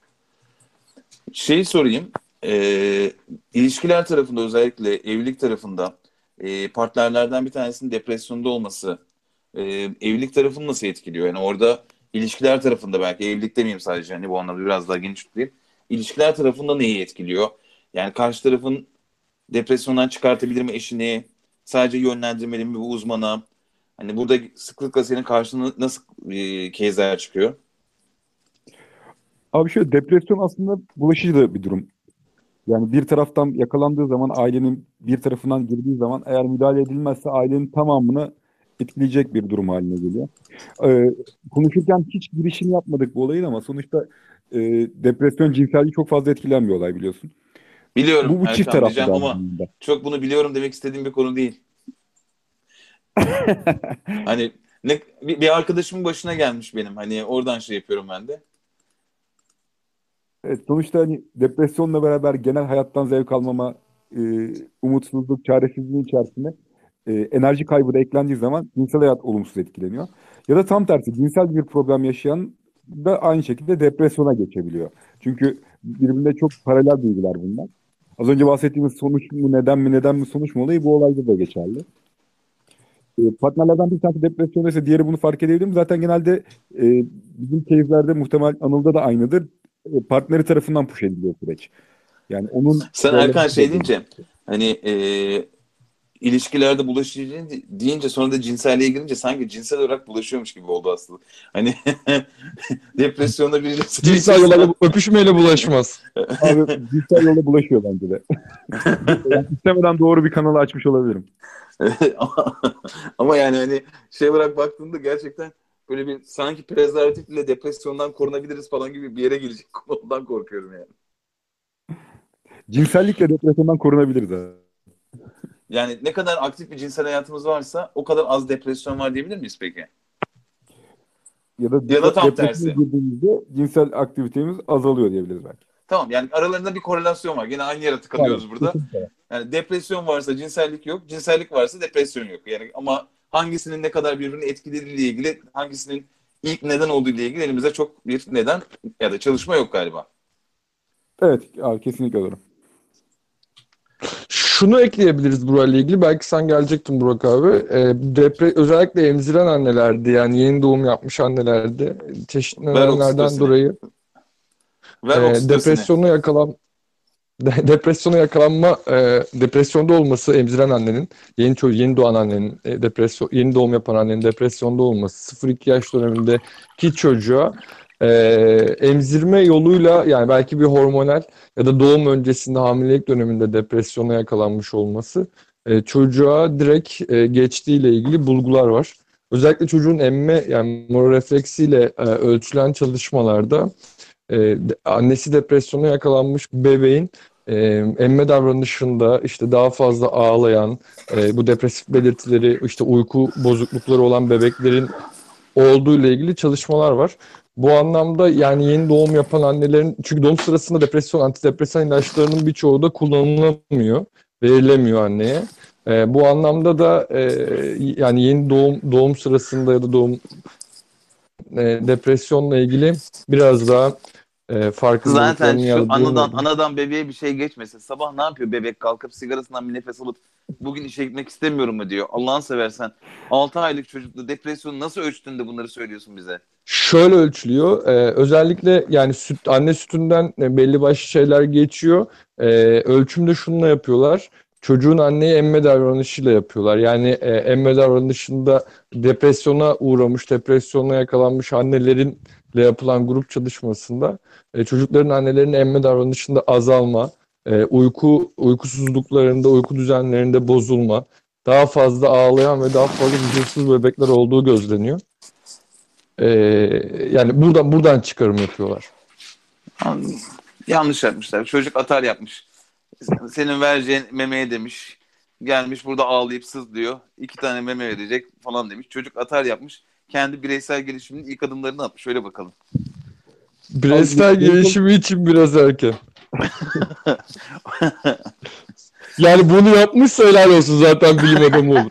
Şeyi sorayım. E, ilişkiler tarafında özellikle evlilik tarafında e, partnerlerden bir tanesinin depresyonda olması e, evlilik tarafını nasıl etkiliyor? Yani orada ilişkiler tarafında belki evlilik demeyeyim sadece hani bu anlamda biraz daha geniş tutayım. İlişkiler tarafında neyi etkiliyor? Yani karşı tarafın depresyondan çıkartabilir mi eşini? Sadece yönlendirmeli mi bu uzmana? Hani burada sıklıkla senin karşına nasıl e, case'ler çıkıyor? Abi şöyle depresyon aslında bulaşıcı da bir durum. Yani bir taraftan yakalandığı zaman ailenin bir tarafından girdiği zaman eğer müdahale edilmezse ailenin tamamını etkileyecek bir durum haline geliyor. Ee, konuşurken hiç girişim yapmadık bu olayın ama sonuçta e, depresyon cinselliği çok fazla etkilen bir olay biliyorsun. Biliyorum Bu, bu çift Erkan taraflı diyeceğim da aynı ama zamanda. çok bunu biliyorum demek istediğim bir konu değil. Hani ne, bir, bir arkadaşımın başına gelmiş benim. Hani oradan şey yapıyorum ben de. Evet, sonuçta hani depresyonla beraber genel hayattan zevk almama, e, umutsuzluk, çaresizliğin içerisinde e, enerji kaybı da eklendiği zaman cinsel hayat olumsuz etkileniyor. Ya da tam tersi cinsel bir problem yaşayan da aynı şekilde depresyona geçebiliyor. Çünkü birbirine çok paralel duygular bunlar. Az önce bahsettiğimiz sonuç mu neden mi neden mi sonuç mu olayı bu olayda da geçerli. E, partnerlerden bir tanesi depresyondaysa diğeri bunu fark edebilir mi? Zaten genelde e, bizim case'lerde muhtemel Anıl'da da aynıdır. E, partneri tarafından push ediliyor süreç. Yani onun Sen Erkan zorlaması da şey değil. deyince hani e, ilişkilerde bulaşıcı deyince sonra da cinselliğe girince sanki cinsel olarak bulaşıyormuş gibi oldu aslında. Hani depresyonda biriyle Cinsel sevişirsin. yollarla öpüşmeyle bulaşmaz. Abi cinsel yola bulaşıyor bence de. Yani istemeden doğru bir kanalı açmış olabilirim. ama, ama yani hani şey olarak baktığında gerçekten böyle bir sanki prezervatifle depresyondan korunabiliriz falan gibi bir yere gelecek konudan korkuyorum yani. Cinsellikle depresyondan korunabiliriz abi. Yani ne kadar aktif bir cinsel hayatımız varsa o kadar az depresyon var diyebilir miyiz peki? Ya da Ya da depre- tam depresyona tersi. girdiğimizde cinsel aktivitemiz azalıyor diyebiliriz belki. Tamam yani aralarında bir korelasyon var. Yine aynı yere Yani tıkanıyoruz burada. kesinlikle. Yani depresyon varsa cinsellik yok, cinsellik varsa depresyon yok. Yani ama hangisinin ne kadar birbirini etkilediğiyle ilgili, hangisinin ilk neden olduğu ile ilgili elimizde çok bir neden ya da çalışma yok galiba. Evet abi, kesinlikle doğru. Şunu ekleyebiliriz burayla ilgili. Belki sen gelecektin Burak abi. Ee, depre özellikle emziren annelerdi. Yani yeni doğum yapmış annelerdi. Çeşitli Ver nedenlerden oksitosini. dolayı e, Ver oksitosini. depresyona yakalan de- depresyona yakalanma e, depresyonda olması emziren annenin yeni çocuğu yeni doğan annenin e, depresyon yeni doğum yapan annenin depresyonda olması sıfır iki yaş dönemindeki çocuğa e, emzirme yoluyla yani belki bir hormonal ya da doğum öncesinde hamilelik döneminde depresyona yakalanmış olması e, çocuğa direkt e, geçtiğiyle ilgili bulgular var. Özellikle çocuğun emme yani mororefleksiyle e, ölçülen çalışmalarda e, de- annesi depresyona yakalanmış bebeğin e, emme davranışında işte daha fazla ağlayan, e, bu depresif belirtileri, işte uyku bozuklukları olan bebeklerin olduğu ile ilgili çalışmalar var. Bu anlamda yani yeni doğum yapan annelerin çünkü doğum sırasında depresyon antidepresan ilaçlarının birçoğu da kullanılamıyor, verilemiyor anneye. E, bu anlamda da e, yani yeni doğum doğum sırasında ya da doğum e, depresyonla ilgili biraz daha e, Zaten farkındalıklarının ya şu da anadan durumlarının. anadan bebeğe bir şey geçmesin. Sabah ne yapıyor bebek, kalkıp sigarasından bir nefes alıp bugün işe gitmek istemiyorum mu diyor. Allah'ını seversen altı aylık çocukta depresyonu nasıl ölçtün de bunları söylüyorsun bize? Şöyle ölçülüyor. E, özellikle yani süt, anne sütünden e, belli başlı şeyler geçiyor. E, ölçümde şununla yapıyorlar. Çocuğun anneye emme davranışıyla yapıyorlar. Yani e, emme davranışında depresyona uğramış, depresyona yakalanmış annelerinle yapılan grup çalışmasında e, çocukların annelerinin emme davranışında azalma, e, uyku uykusuzluklarında, uyku düzenlerinde bozulma, daha fazla ağlayan ve daha fazla huzursuz bebekler olduğu gözleniyor. Ee, yani buradan buradan çıkarım yapıyorlar. Anladım. Yanlış yapmışlar. Çocuk atar yapmış. Senin vereceğin memeye demiş. Gelmiş burada ağlayıp sızlıyor. İki tane meme verecek falan demiş. Çocuk atar yapmış. Kendi bireysel gelişiminin ilk adımlarını atmış. Şöyle bakalım. Abi, Bireysel benim çok gelişimi için biraz erken. Yani bunu yapmışsa helal olsun zaten bilim adamı olur.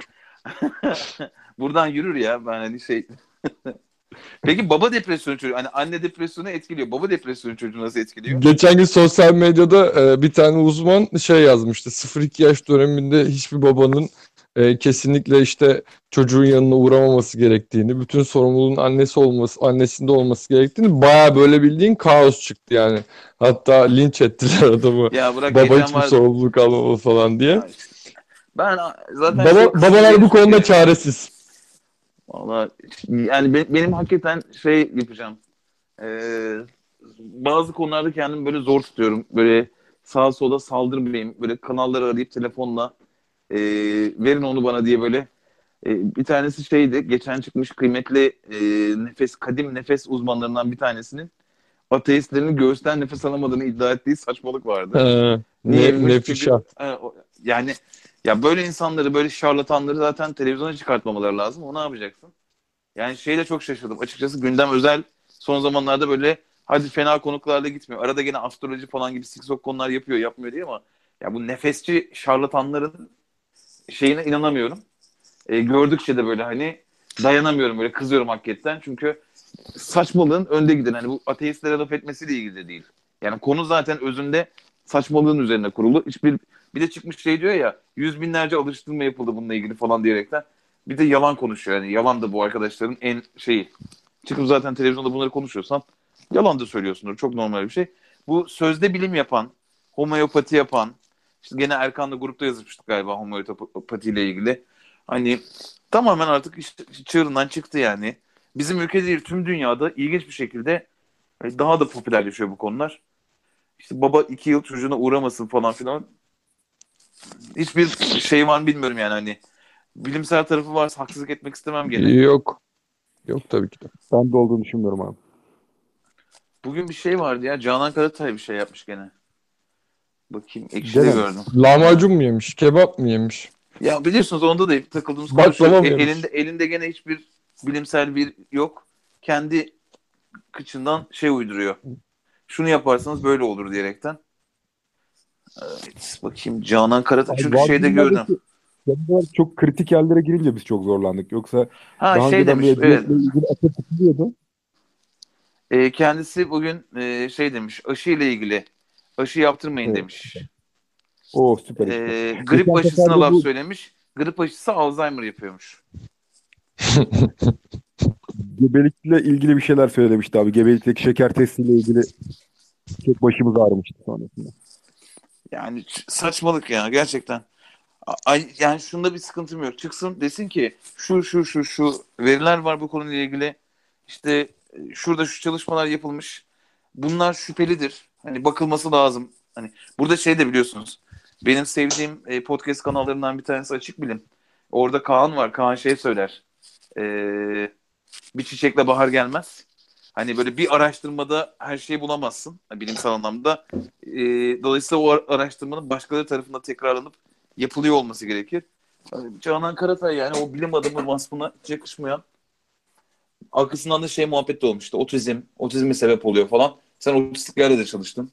Buradan yürür ya. Ben hani şey. Peki baba depresyonu çocuğu. Hani anne depresyonu etkiliyor. Baba depresyonu çocuğu nasıl etkiliyor? Geçen gün sosyal medyada e, bir tane uzman şey yazmıştı. sıfır iki yaş döneminde hiçbir babanın e, kesinlikle işte çocuğun yanına uğramaması gerektiğini, bütün sorumluluğun annesi olması, annesinde olması gerektiğini baya böyle bildiğin kaos çıktı yani. Hatta linç ettiler adamı. Ya bırak Baba geçen hiçbir var. sorumluluk almamalı falan diye. Ya işte. Ben zaten şey Baba, kısmını babalar bu gelişmek konuda yaşıyorum. çaresiz. Valla yani be- benim hakikaten şey yapacağım. Ee, bazı konularda kendimi böyle zor tutuyorum. Böyle sağa sola saldırmayayım. Böyle kanalları arayıp telefonla e, verin onu bana diye böyle. E, bir tanesi şeydi. Geçen çıkmış kıymetli e, nefes kadim nefes uzmanlarından bir tanesinin ateistlerin göğüsten nefes alamadığını iddia ettiği saçmalık vardı. Ha, ne, Niyeymiş? Çünkü Nefişah. e, o- yani ya böyle insanları böyle şarlatanları zaten televizyona çıkartmamaları lazım. O ne yapacaksın? Yani şeyle çok şaşırdım. Açıkçası gündem özel son zamanlarda böyle hadi fena konuklarla gitmiyor. Arada gene astroloji falan gibi siksok konular yapıyor, yapmıyor diye ama ya bu nefesçi şarlatanların şeyine inanamıyorum. E, gördükçe de böyle hani dayanamıyorum, böyle kızıyorum hakikaten. Çünkü saçmalığın önde giden, hani bu ateistlere laf etmesiyle ilgili de değil. Yani konu zaten özünde saçmalığın üzerine kurulu. Hiçbir bir de çıkmış şey diyor ya, yüz binlerce alıştırma yapıldı bununla ilgili falan diyerekten. Bir de yalan konuşuyor. Yani yalan da bu arkadaşların en şeyi. Çıkıp zaten televizyonda bunları konuşuyorsan yalan da söylüyorsundur. Çok normal bir şey. Bu sözde bilim yapan, homeopati yapan, işte gene Erkan'la grupta yazışmıştık galiba homeopati ile ilgili. Hani tamamen artık işte çığırından çıktı yani. Bizim ülkede değil, tüm dünyada ilginç bir şekilde daha da popülerleşiyor bu konular. İşte baba iki yıl çocuğuna uğramasın falan filan. Hiçbir şey var mı bilmiyorum yani, hani bilimsel tarafı varsa haksızlık etmek istemem gene. Yok. Yok tabii ki de. ben de olduğunu düşünmüyorum abi. Bugün bir şey vardı ya, Canan Karatay bir şey yapmış gene. Bakayım, Ekşi'de Gene mi? gördüm. Ha. Lahmacun mu yemiş? Kebap mı yemiş? Ya biliyorsunuz onda da takıldığımız konu şu. Baklava E, mı elinde yemiş? elinde gene hiçbir bilimsel bir yok. Kendi kıçından şey uyduruyor. Şunu yaparsanız böyle olur diyerekten. Evet, bakayım Canan Karatay. Abi, Çünkü bazı şeyde gördüm. günlerdeki genel çok kritik yerlere girince biz çok zorlandık. Yoksa Ha daha şey önceden demiş. böyle Evet. diyetle ilgili akıl tutuluyordu. E, kendisi bugün e, şey demiş. Aşı ile ilgili Aşı yaptırmayın Evet. demiş. O süper işte. Ee, grip Geçen sefer aşısına de laf bu söylemiş. Grip aşısı Alzheimer yapıyormuş. gebelikle ilgili bir şeyler söylemişti abi. Gebelikteki şeker testiyle ilgili çok başımız ağrımıştı sonrasında. Yani ç- saçmalık ya gerçekten. A- Ay, yani şunda bir sıkıntım yok. Çıksın desin ki şu şu şu şu veriler var bu konuyla ilgili. İşte e, şurada şu çalışmalar yapılmış. Bunlar şüphelidir. Hani bakılması lazım. Hani burada şey de biliyorsunuz. Benim sevdiğim e, podcast kanallarından bir tanesi Açık Bilim. Orada Kaan var. Kaan şey söyler. Ee, bir çiçekle bahar gelmez. Hani böyle bir araştırmada her şeyi bulamazsın. Hani bilimsel anlamda. Ee, dolayısıyla o ar- araştırmanın başkaları tarafından tekrarlanıp yapılıyor olması gerekir. Yani Canan Karatay yani o bilim adamı vasfına hiç yakışmayan. Arkasından da şey muhabbet de olmuştu. Otizm, otizme sebep oluyor falan. Sen otistiklerle de çalıştın.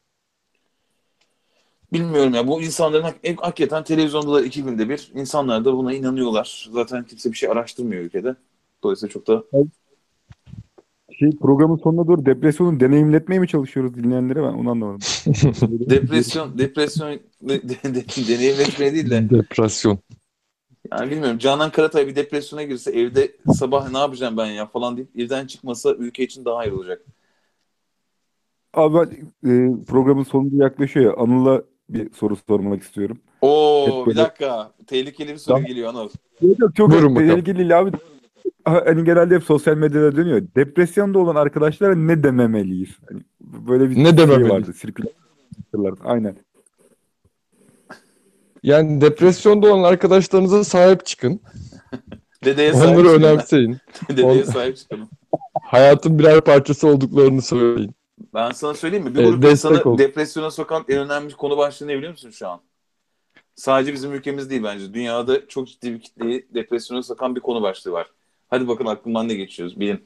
Bilmiyorum ya bu insanların hak- hak- hakikaten televizyondalar iki günde bir. İnsanlar da buna inanıyorlar. Zaten kimse bir şey araştırmıyor ülkede. Dolayısıyla çok da Şey programın sonuna doğru depresyonu deneyimletmeye mi çalışıyoruz dinleyenlere, ben onu anlamadım. depresyon depresyon de, de, de, deneyimletmeye değil de Depresyon. yani bilmiyorum Canan Karatay bir depresyona girse evde sabah ne yapacağım ben ya falan deyip evden çıkmasa ülke için daha iyi olacak. Abi ben, e, programın sonunda yaklaşıyor ya. Anıl'a bir soru sormak istiyorum. Hep Oo bir böyle dakika tehlikeli bir soru daha geliyor Anıl. yok, yok, çok Vurun bakalım. tehlikeli değil abi. Ha, hani genelde hep sosyal medyada dönüyor. Depresyonda olan arkadaşlara ne dememeliyiz? Hani böyle bir Ne şey dememeliyiz? vardı. Sirkülasyon. Aynen. Yani depresyonda olan arkadaşlarınıza sahip çıkın. Dedeye sahip Onları çıkın da. önemseyin. Dedeye On, sahip çıkalım. hayatın birer parçası olduklarını söyleyin. Ben sana söyleyeyim mi? Bir E, grup destek insanı ol. depresyona sokan en önemli konu başlığı ne biliyor musun şu an? Sadece bizim ülkemiz değil bence. Dünyada çok ciddi bir kitleyi depresyona sokan bir konu başlığı var. Hadi bakın aklımdan ne geçiyoruz bilin.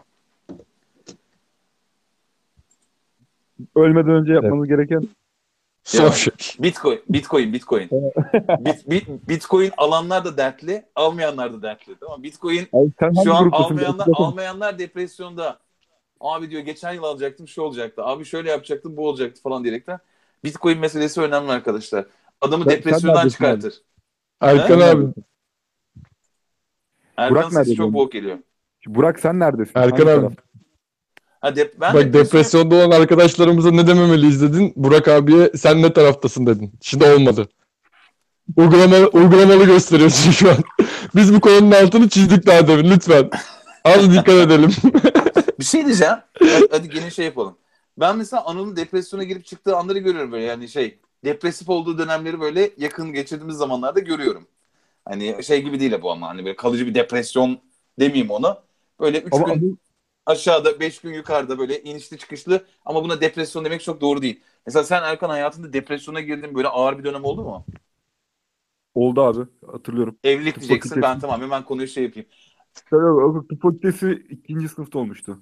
Ölmeden önce Evet. yapmanız gereken Son Ya şey. Bitcoin, Bitcoin, Bitcoin. Bit, bit, Bitcoin alanlar da dertli, almayanlar da dertli. Tamam Bitcoin Abi sen şu hangi an gruptasın? almayanlar almayanlar depresyonda. Abi diyor geçen yıl alacaktım şu olacaktı. Abi şöyle yapacaktım bu olacaktı falan diyerekten. Bitcoin meselesi önemli arkadaşlar. Adamı Sen, sen depresyondan neredesin abi? çıkartır. Erkan He? Sen abi. neredesin? Erkan'ın Burak sesi nerede çok diyorum? boğuk geliyor. Burak sen neredesin? Erkan Hangi abi. taraf? Ha dep ben Bak depresyona depresyonda olan arkadaşlarımıza ne dememeliyiz dedin. Burak abiye sen ne taraftasın dedin. Şimdi olmadı. Uygulamalı, uygulamalı gösteriyorsun şu an. Biz bu konunun altını çizdik daha demin lütfen. Az dikkat edelim. bir şey diyeceğim. Hadi, hadi gene şey yapalım. Ben mesela Anıl'ın depresyona girip çıktığı anları görüyorum böyle yani şey depresif olduğu dönemleri böyle yakın geçirdiğimiz zamanlarda görüyorum. Hani şey gibi değil bu ama hani böyle kalıcı bir depresyon demeyeyim ona. Böyle üç Ama gün Anıl, aşağıda beş gün yukarıda böyle inişli çıkışlı ama buna depresyon demek çok doğru değil. Mesela sen Erkan hayatında depresyona girdiğin böyle ağır bir dönem oldu mu? oldu abi. Hatırlıyorum. Evlilik Tıp diyeceksin fakültesi. ben tamam hemen konuyu şey yapayım. Tıp fakültesi ikinci sınıfta olmuştu.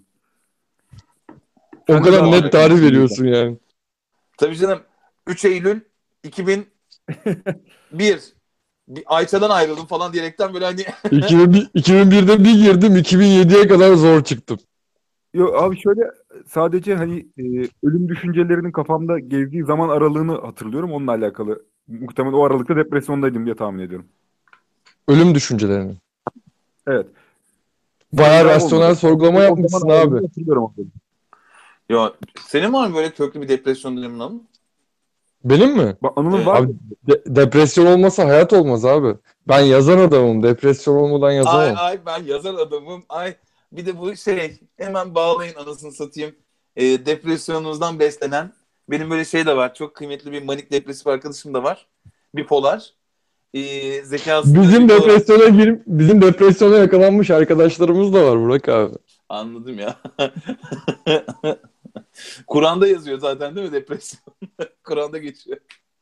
O Sen de kadar daha Abi net tıp tarih fakültesindeyken. veriyorsun yani. tabii canım üç Eylül iki bin bir bir Ayça'dan ayrıldım falan diyerekten böyle hani iki bin bir, iki bin birde bir girdim, iki bin yediye kadar zor çıktım. Yo abi şöyle sadece hani e, ölüm düşüncelerinin kafamda gezdiği zaman aralığını hatırlıyorum. Onunla alakalı. Muhtemelen o aralıkta depresyondaydım diye tahmin ediyorum. Ölüm düşüncelerini. Evet. Bayağı Sonra rasyonel olmadı. sorgulama O, o zaman yapmışsın abi. aralığını hatırlıyorum abi. ya senin var mı böyle köklü bir depresyon dönemin Anıl? Benim mi? Bak Anıl'ın Evet. var Abi mı? de- depresyon olmasa hayat olmaz abi. Ben yazan adamım. Depresyon olmadan Ay yazamam. ay ben yazar adamım. Ay bir de bu şey hemen bağlayın anasını satayım. E, depresyonunuzdan beslenen benim böyle şey de var. Çok kıymetli bir manik depresif arkadaşım da var. Bipolar. E, zekasını da Bizim bipolar olarak depresyona girip bizim depresyona yakalanmış arkadaşlarımız da var Burak abi. anladım ya. Kur'an'da yazıyor zaten değil mi depresyon? Kur'an'da geçiyor.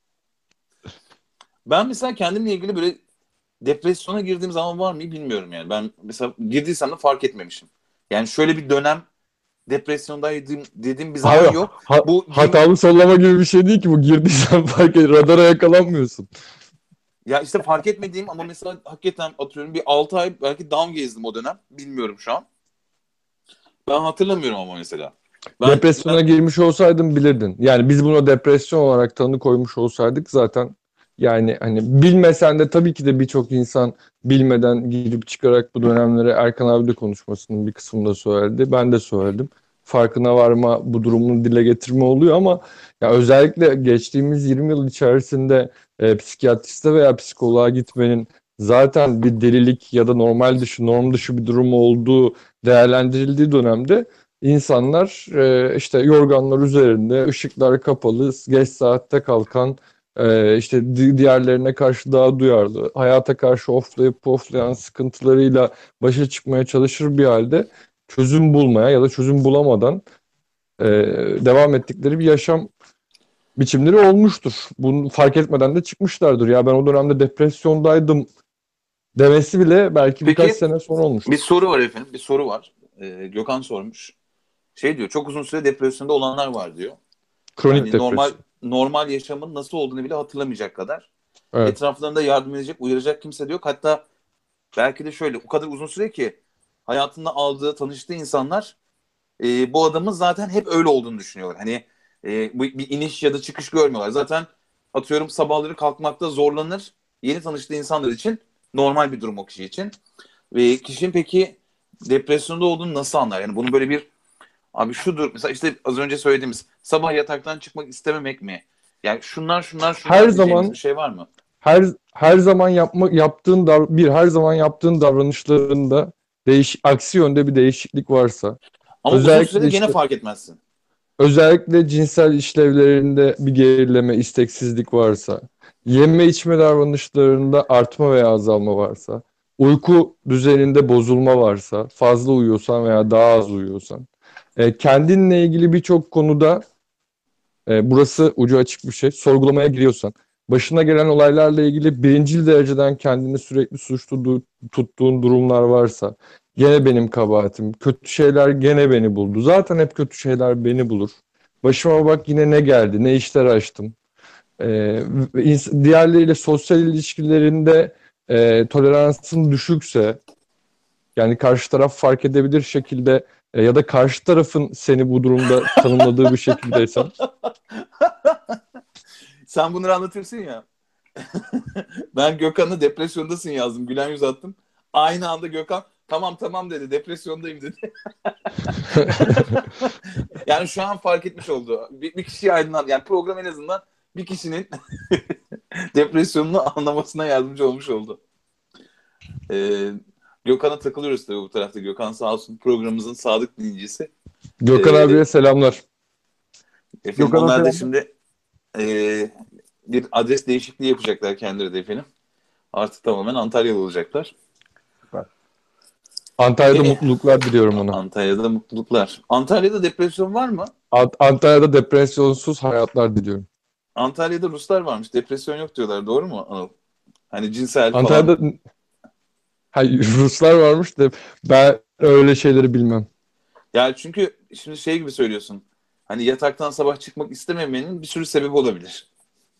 Ben mesela kendimle ilgili böyle depresyona girdiğim zaman var mı bilmiyorum yani. Ben mesela girdiysem de fark etmemişim. Yani şöyle bir dönem depresyondaydım dediğim bir zaman Abi yok. ha- Bu yirmi hatalı sollama gibi bir şey değil ki bu, girdiysen fark et, radara yakalanmıyorsun. ya işte fark etmediğim ama mesela hakikaten atıyorum bir altı ay belki down gezdim o dönem. Bilmiyorum şu an. Ben hatırlamıyorum ama mesela. Ben, Depresyona ben girmiş olsaydın bilirdin. Yani biz buna depresyon olarak tanı koymuş olsaydık zaten yani hani bilmesen de tabii ki de birçok insan bilmeden girip çıkarak bu dönemlere Erkan abi de konuşmasının bir kısmında söyledi. Ben de söyledim. Farkına varma, bu durumun dile getirme oluyor ama ya özellikle geçtiğimiz yirmi yıl içerisinde e, psikiyatriste veya psikoloğa gitmenin zaten bir delilik ya da normal dışı, norm dışı bir durum olduğu değerlendirildiği dönemde İnsanlar e, işte yorganlar üzerinde, ışıklar kapalı, geç saatte kalkan, e, işte di- diğerlerine karşı daha duyarlı, hayata karşı oflayıp poflayan sıkıntılarıyla başa çıkmaya çalışır bir halde çözüm bulmaya ya da çözüm bulamadan e, devam ettikleri bir yaşam biçimleri olmuştur. Bunu fark etmeden de çıkmışlardır. Ya ben o dönemde depresyondaydım demesi bile belki birkaç peki sene sonra bir olmuştur. soru var efendim. Bir soru var. Ee, Gökhan sormuş. Şey diyor, çok uzun süre depresyonda olanlar var diyor. Kronik Yani normal depresyon. normal yaşamın nasıl olduğunu bile hatırlamayacak kadar. Evet. Etraflarında yardım edecek, uyaracak kimse de yok. Hatta belki de şöyle, o kadar uzun süre ki hayatında aldığı, tanıştığı insanlar e, bu adamın zaten hep öyle olduğunu düşünüyorlar. Hani e, bu bir iniş ya da çıkış görmüyorlar. Zaten atıyorum sabahları kalkmakta zorlanır. Yeni tanıştığı insanlar için normal bir durum o kişi için. Ve kişinin peki depresyonda olduğunu nasıl anlar? Yani bunu böyle bir, abi şudur mesela, işte az önce söylediğimiz sabah yataktan çıkmak istememek mi? Yani şunlar şunlar Her şunlar diyeceğimiz bir zaman şey var mı? her her zaman yapma yaptığın dav bir her zaman yaptığın davranışlarında değiş aksi yönde bir değişiklik varsa Ama uzun özellikle sürede gene işte fark etmezsin. özellikle cinsel işlevlerinde bir gerileme, isteksizlik varsa, yeme içme davranışlarında artma veya azalma varsa, uyku düzeninde bozulma varsa, fazla uyuyorsan veya daha az uyuyorsan, e, kendinle ilgili birçok konuda e, burası ucu açık bir şey. Sorgulamaya giriyorsan, başına gelen olaylarla ilgili birincil dereceden kendini sürekli suçlu du- tuttuğun durumlar varsa, gene benim kabahatim, kötü şeyler gene beni buldu. Zaten hep kötü şeyler beni bulur. Başıma bak yine ne geldi, ne işler açtım. E, ins- diğerleriyle sosyal ilişkilerinde e, toleransın düşükse, yani karşı taraf fark edebilir şekilde e, ya da karşı tarafın seni bu durumda tanımladığı bir şekildeysen, Sen bunları anlatırsın ya. Ben Gökhan'a depresyondasın yazdım. Gülen yüz attım. Aynı anda Gökhan tamam tamam dedi. Depresyondayım dedi. Yani şu an fark etmiş oldu. Bir, bir kişiyi aydınlat. Yani program en azından bir kişinin depresyonunu anlamasına yardımcı olmuş oldu. Ee, Gökhan'a takılıyoruz tabii bu tarafta. Gökhan sağ olsun, programımızın sadık dinleyicisi. Gökhan Ee, abiye selamlar. efendim Gökhan'a onlar da selamlar. şimdi e, bir adres değişikliği yapacaklar kendileri de efendim. Artık tamamen Antalyalı olacaklar. Süper. Antalya'da E, mutluluklar diliyorum ona. Antalya'da mutluluklar. Antalya'da depresyon var mı? Ant- Antalya'da depresyonsuz hayatlar diliyorum. Antalya'da Ruslar varmış. Depresyon yok diyorlar. Doğru mu Anıl? Hani cinsel falan. Antalya'da hayır, Ruslar varmış da ben öyle şeyleri bilmem. Yani çünkü şimdi şey gibi söylüyorsun. Hani yataktan sabah çıkmak istememenin bir sürü sebebi olabilir.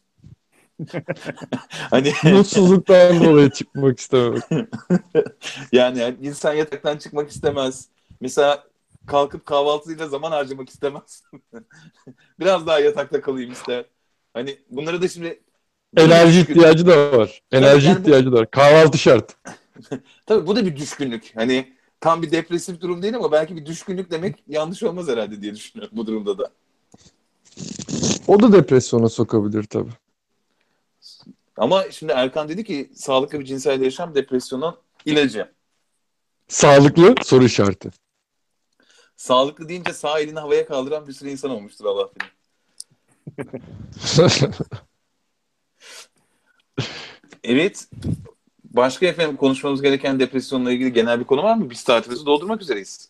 Hani Mutsuzluktan dolayı çıkmak istememek. yani, yani insan yataktan çıkmak istemez. Mesela kalkıp kahvaltıyla zaman harcamak istemez. Biraz daha yatakta kalayım ister. Hani bunları da şimdi, bu da bir Enerji düşkün. ihtiyacı da var. Tabii Enerji yani bu ihtiyacı da var. Kahvaltı şart. tabii bu da bir düşkünlük. Hani tam bir depresif durum değil ama belki bir düşkünlük demek yanlış olmaz herhalde diye düşünüyorum bu durumda da. O da depresyona sokabilir tabii. Ama şimdi Erkan dedi ki sağlıklı bir cinsel yaşam depresyonun ilacı. Sağlıklı soru işareti. Sağlıklı deyince sağ elini havaya kaldıran bir sürü insan olmuştur Allah bilir. Evet. Başka efendim konuşmamız gereken depresyonla ilgili genel bir konu var mı? Biz saatimizi doldurmak üzereyiz.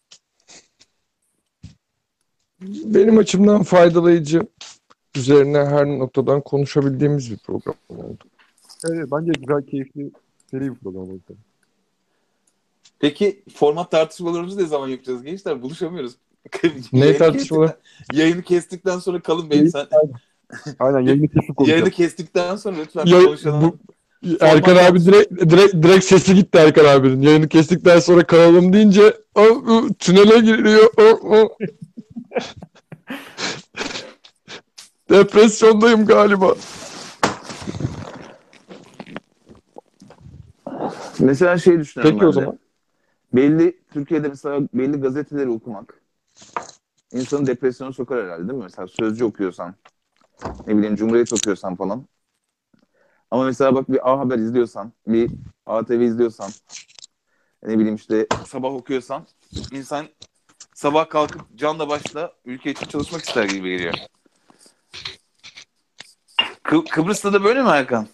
Benim açımdan faydalayıcı, üzerine her noktadan konuşabildiğimiz bir program oldu. Evet, bence güzel, keyifli, seri bir program oldu. Peki format tartışmalarımızı ne zaman yapacağız gençler? Buluşamıyoruz. Ne yayını tartışmalar? kestikten, yayını kestikten sonra kalın benim sen. Aynen, yayını kesip Yayını konuşalım. kestikten sonra lütfen Ya, konuşalım. bu, Erkan Format abi direkt, direkt direkt sesi gitti Erkan abinin. Yayını kestikten sonra kalalım deyince o, o, tünele giriyor. O, o. Depresyondayım galiba. Mesela şey düşünüyorum Peki ben o de. zaman. Belli Türkiye'de mesela belli gazeteleri okumak insanı depresyona sokar herhalde değil mi? Mesela Sözcü okuyorsan, ne bileyim Cumhuriyet okuyorsan falan. Ama mesela bak bir A Haber izliyorsan, bir A T V izliyorsan, ne bileyim işte sabah okuyorsan insan sabah kalkıp canla başla ülke için çalışmak ister gibi geliyor. Kı- Kıbrıs'ta da böyle mi Erkan?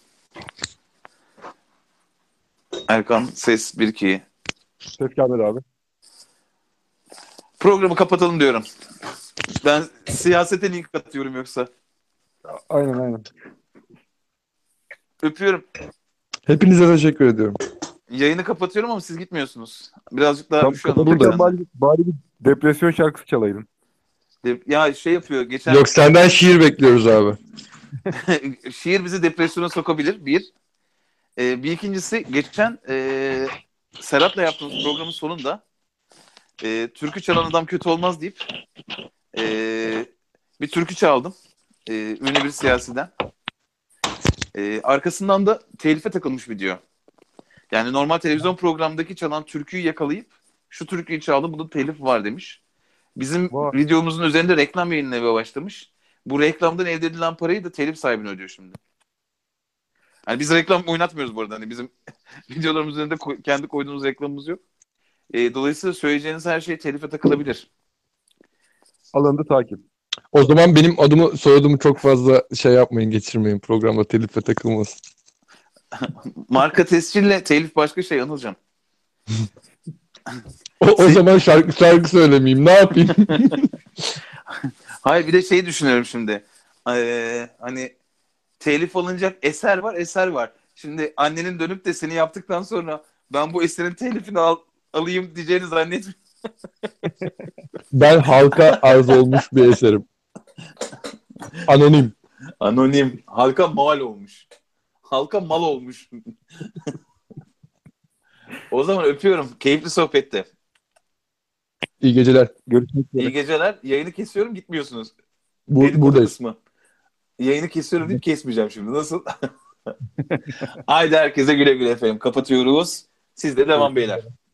Erkan ses bir iki. Ses gelmedi abi. Programı kapatalım diyorum. Ben siyasete link atıyorum yoksa. Aynen aynen. Öpüyorum. Hepinize teşekkür ediyorum. Yayını kapatıyorum ama siz gitmiyorsunuz. Birazcık daha Tam üşüyor Anadolu kapatırken Buradayım. sende. bari, bari bir depresyon şarkısı çalaydın. De- Ya şey yapıyor geçen Yok, senden şiir bekliyoruz abi. şiir bizi depresyona sokabilir. Bir. Ee, bir ikincisi geçen e, Serhat'la yaptığımız programın sonunda e, türkü çalan adam kötü olmaz deyip e, bir türkü çaldım. E, ünlü bir siyasiden. E, arkasından da telife takılmış video. Yani normal televizyon programındaki çalan türküyü yakalayıp şu türküyü çaldım bunun telifi var demiş. Bizim Vay. videomuzun üzerinde reklam yayınlamaya başlamış. Bu reklamdan elde edilen parayı da telif sahibine ödüyor şimdi. Yani biz reklam oynatmıyoruz bu arada. Hani bizim videolarımız üzerinde ko- kendi koyduğumuz reklamımız yok. E, dolayısıyla söyleyeceğiniz her şey telife takılabilir. Alındı takip. O zaman benim adımı soyadımı çok fazla şey yapmayın, geçirmeyin, programda telife takılmasın. Marka tescille telif başka şey Anılcan. O, o zaman şarkı şarkı söylemeyeyim. Ne yapayım? Hayır bir de şey düşünüyorum şimdi. Ee, hani telif alınacak eser var, eser var. Şimdi annenin dönüp de seni yaptıktan sonra ben bu eserin telifini al, alayım diyeceğini zannetmiyorum. Ben halka arz olmuş bir eserim. Anonim. Anonim. Halka mal olmuş. Halka mal olmuş. O zaman öpüyorum. Keyifli sohbette. İyi geceler. Görüşmek üzere. İyi geceler. Yayını kesiyorum gitmiyorsunuz. Bu, Dedikodu buradayız. kısmı. Yayını kesiyorum deyip kesmeyeceğim şimdi. Nasıl? Haydi herkese güle güle efendim. Kapatıyoruz. Siz de devam beyler.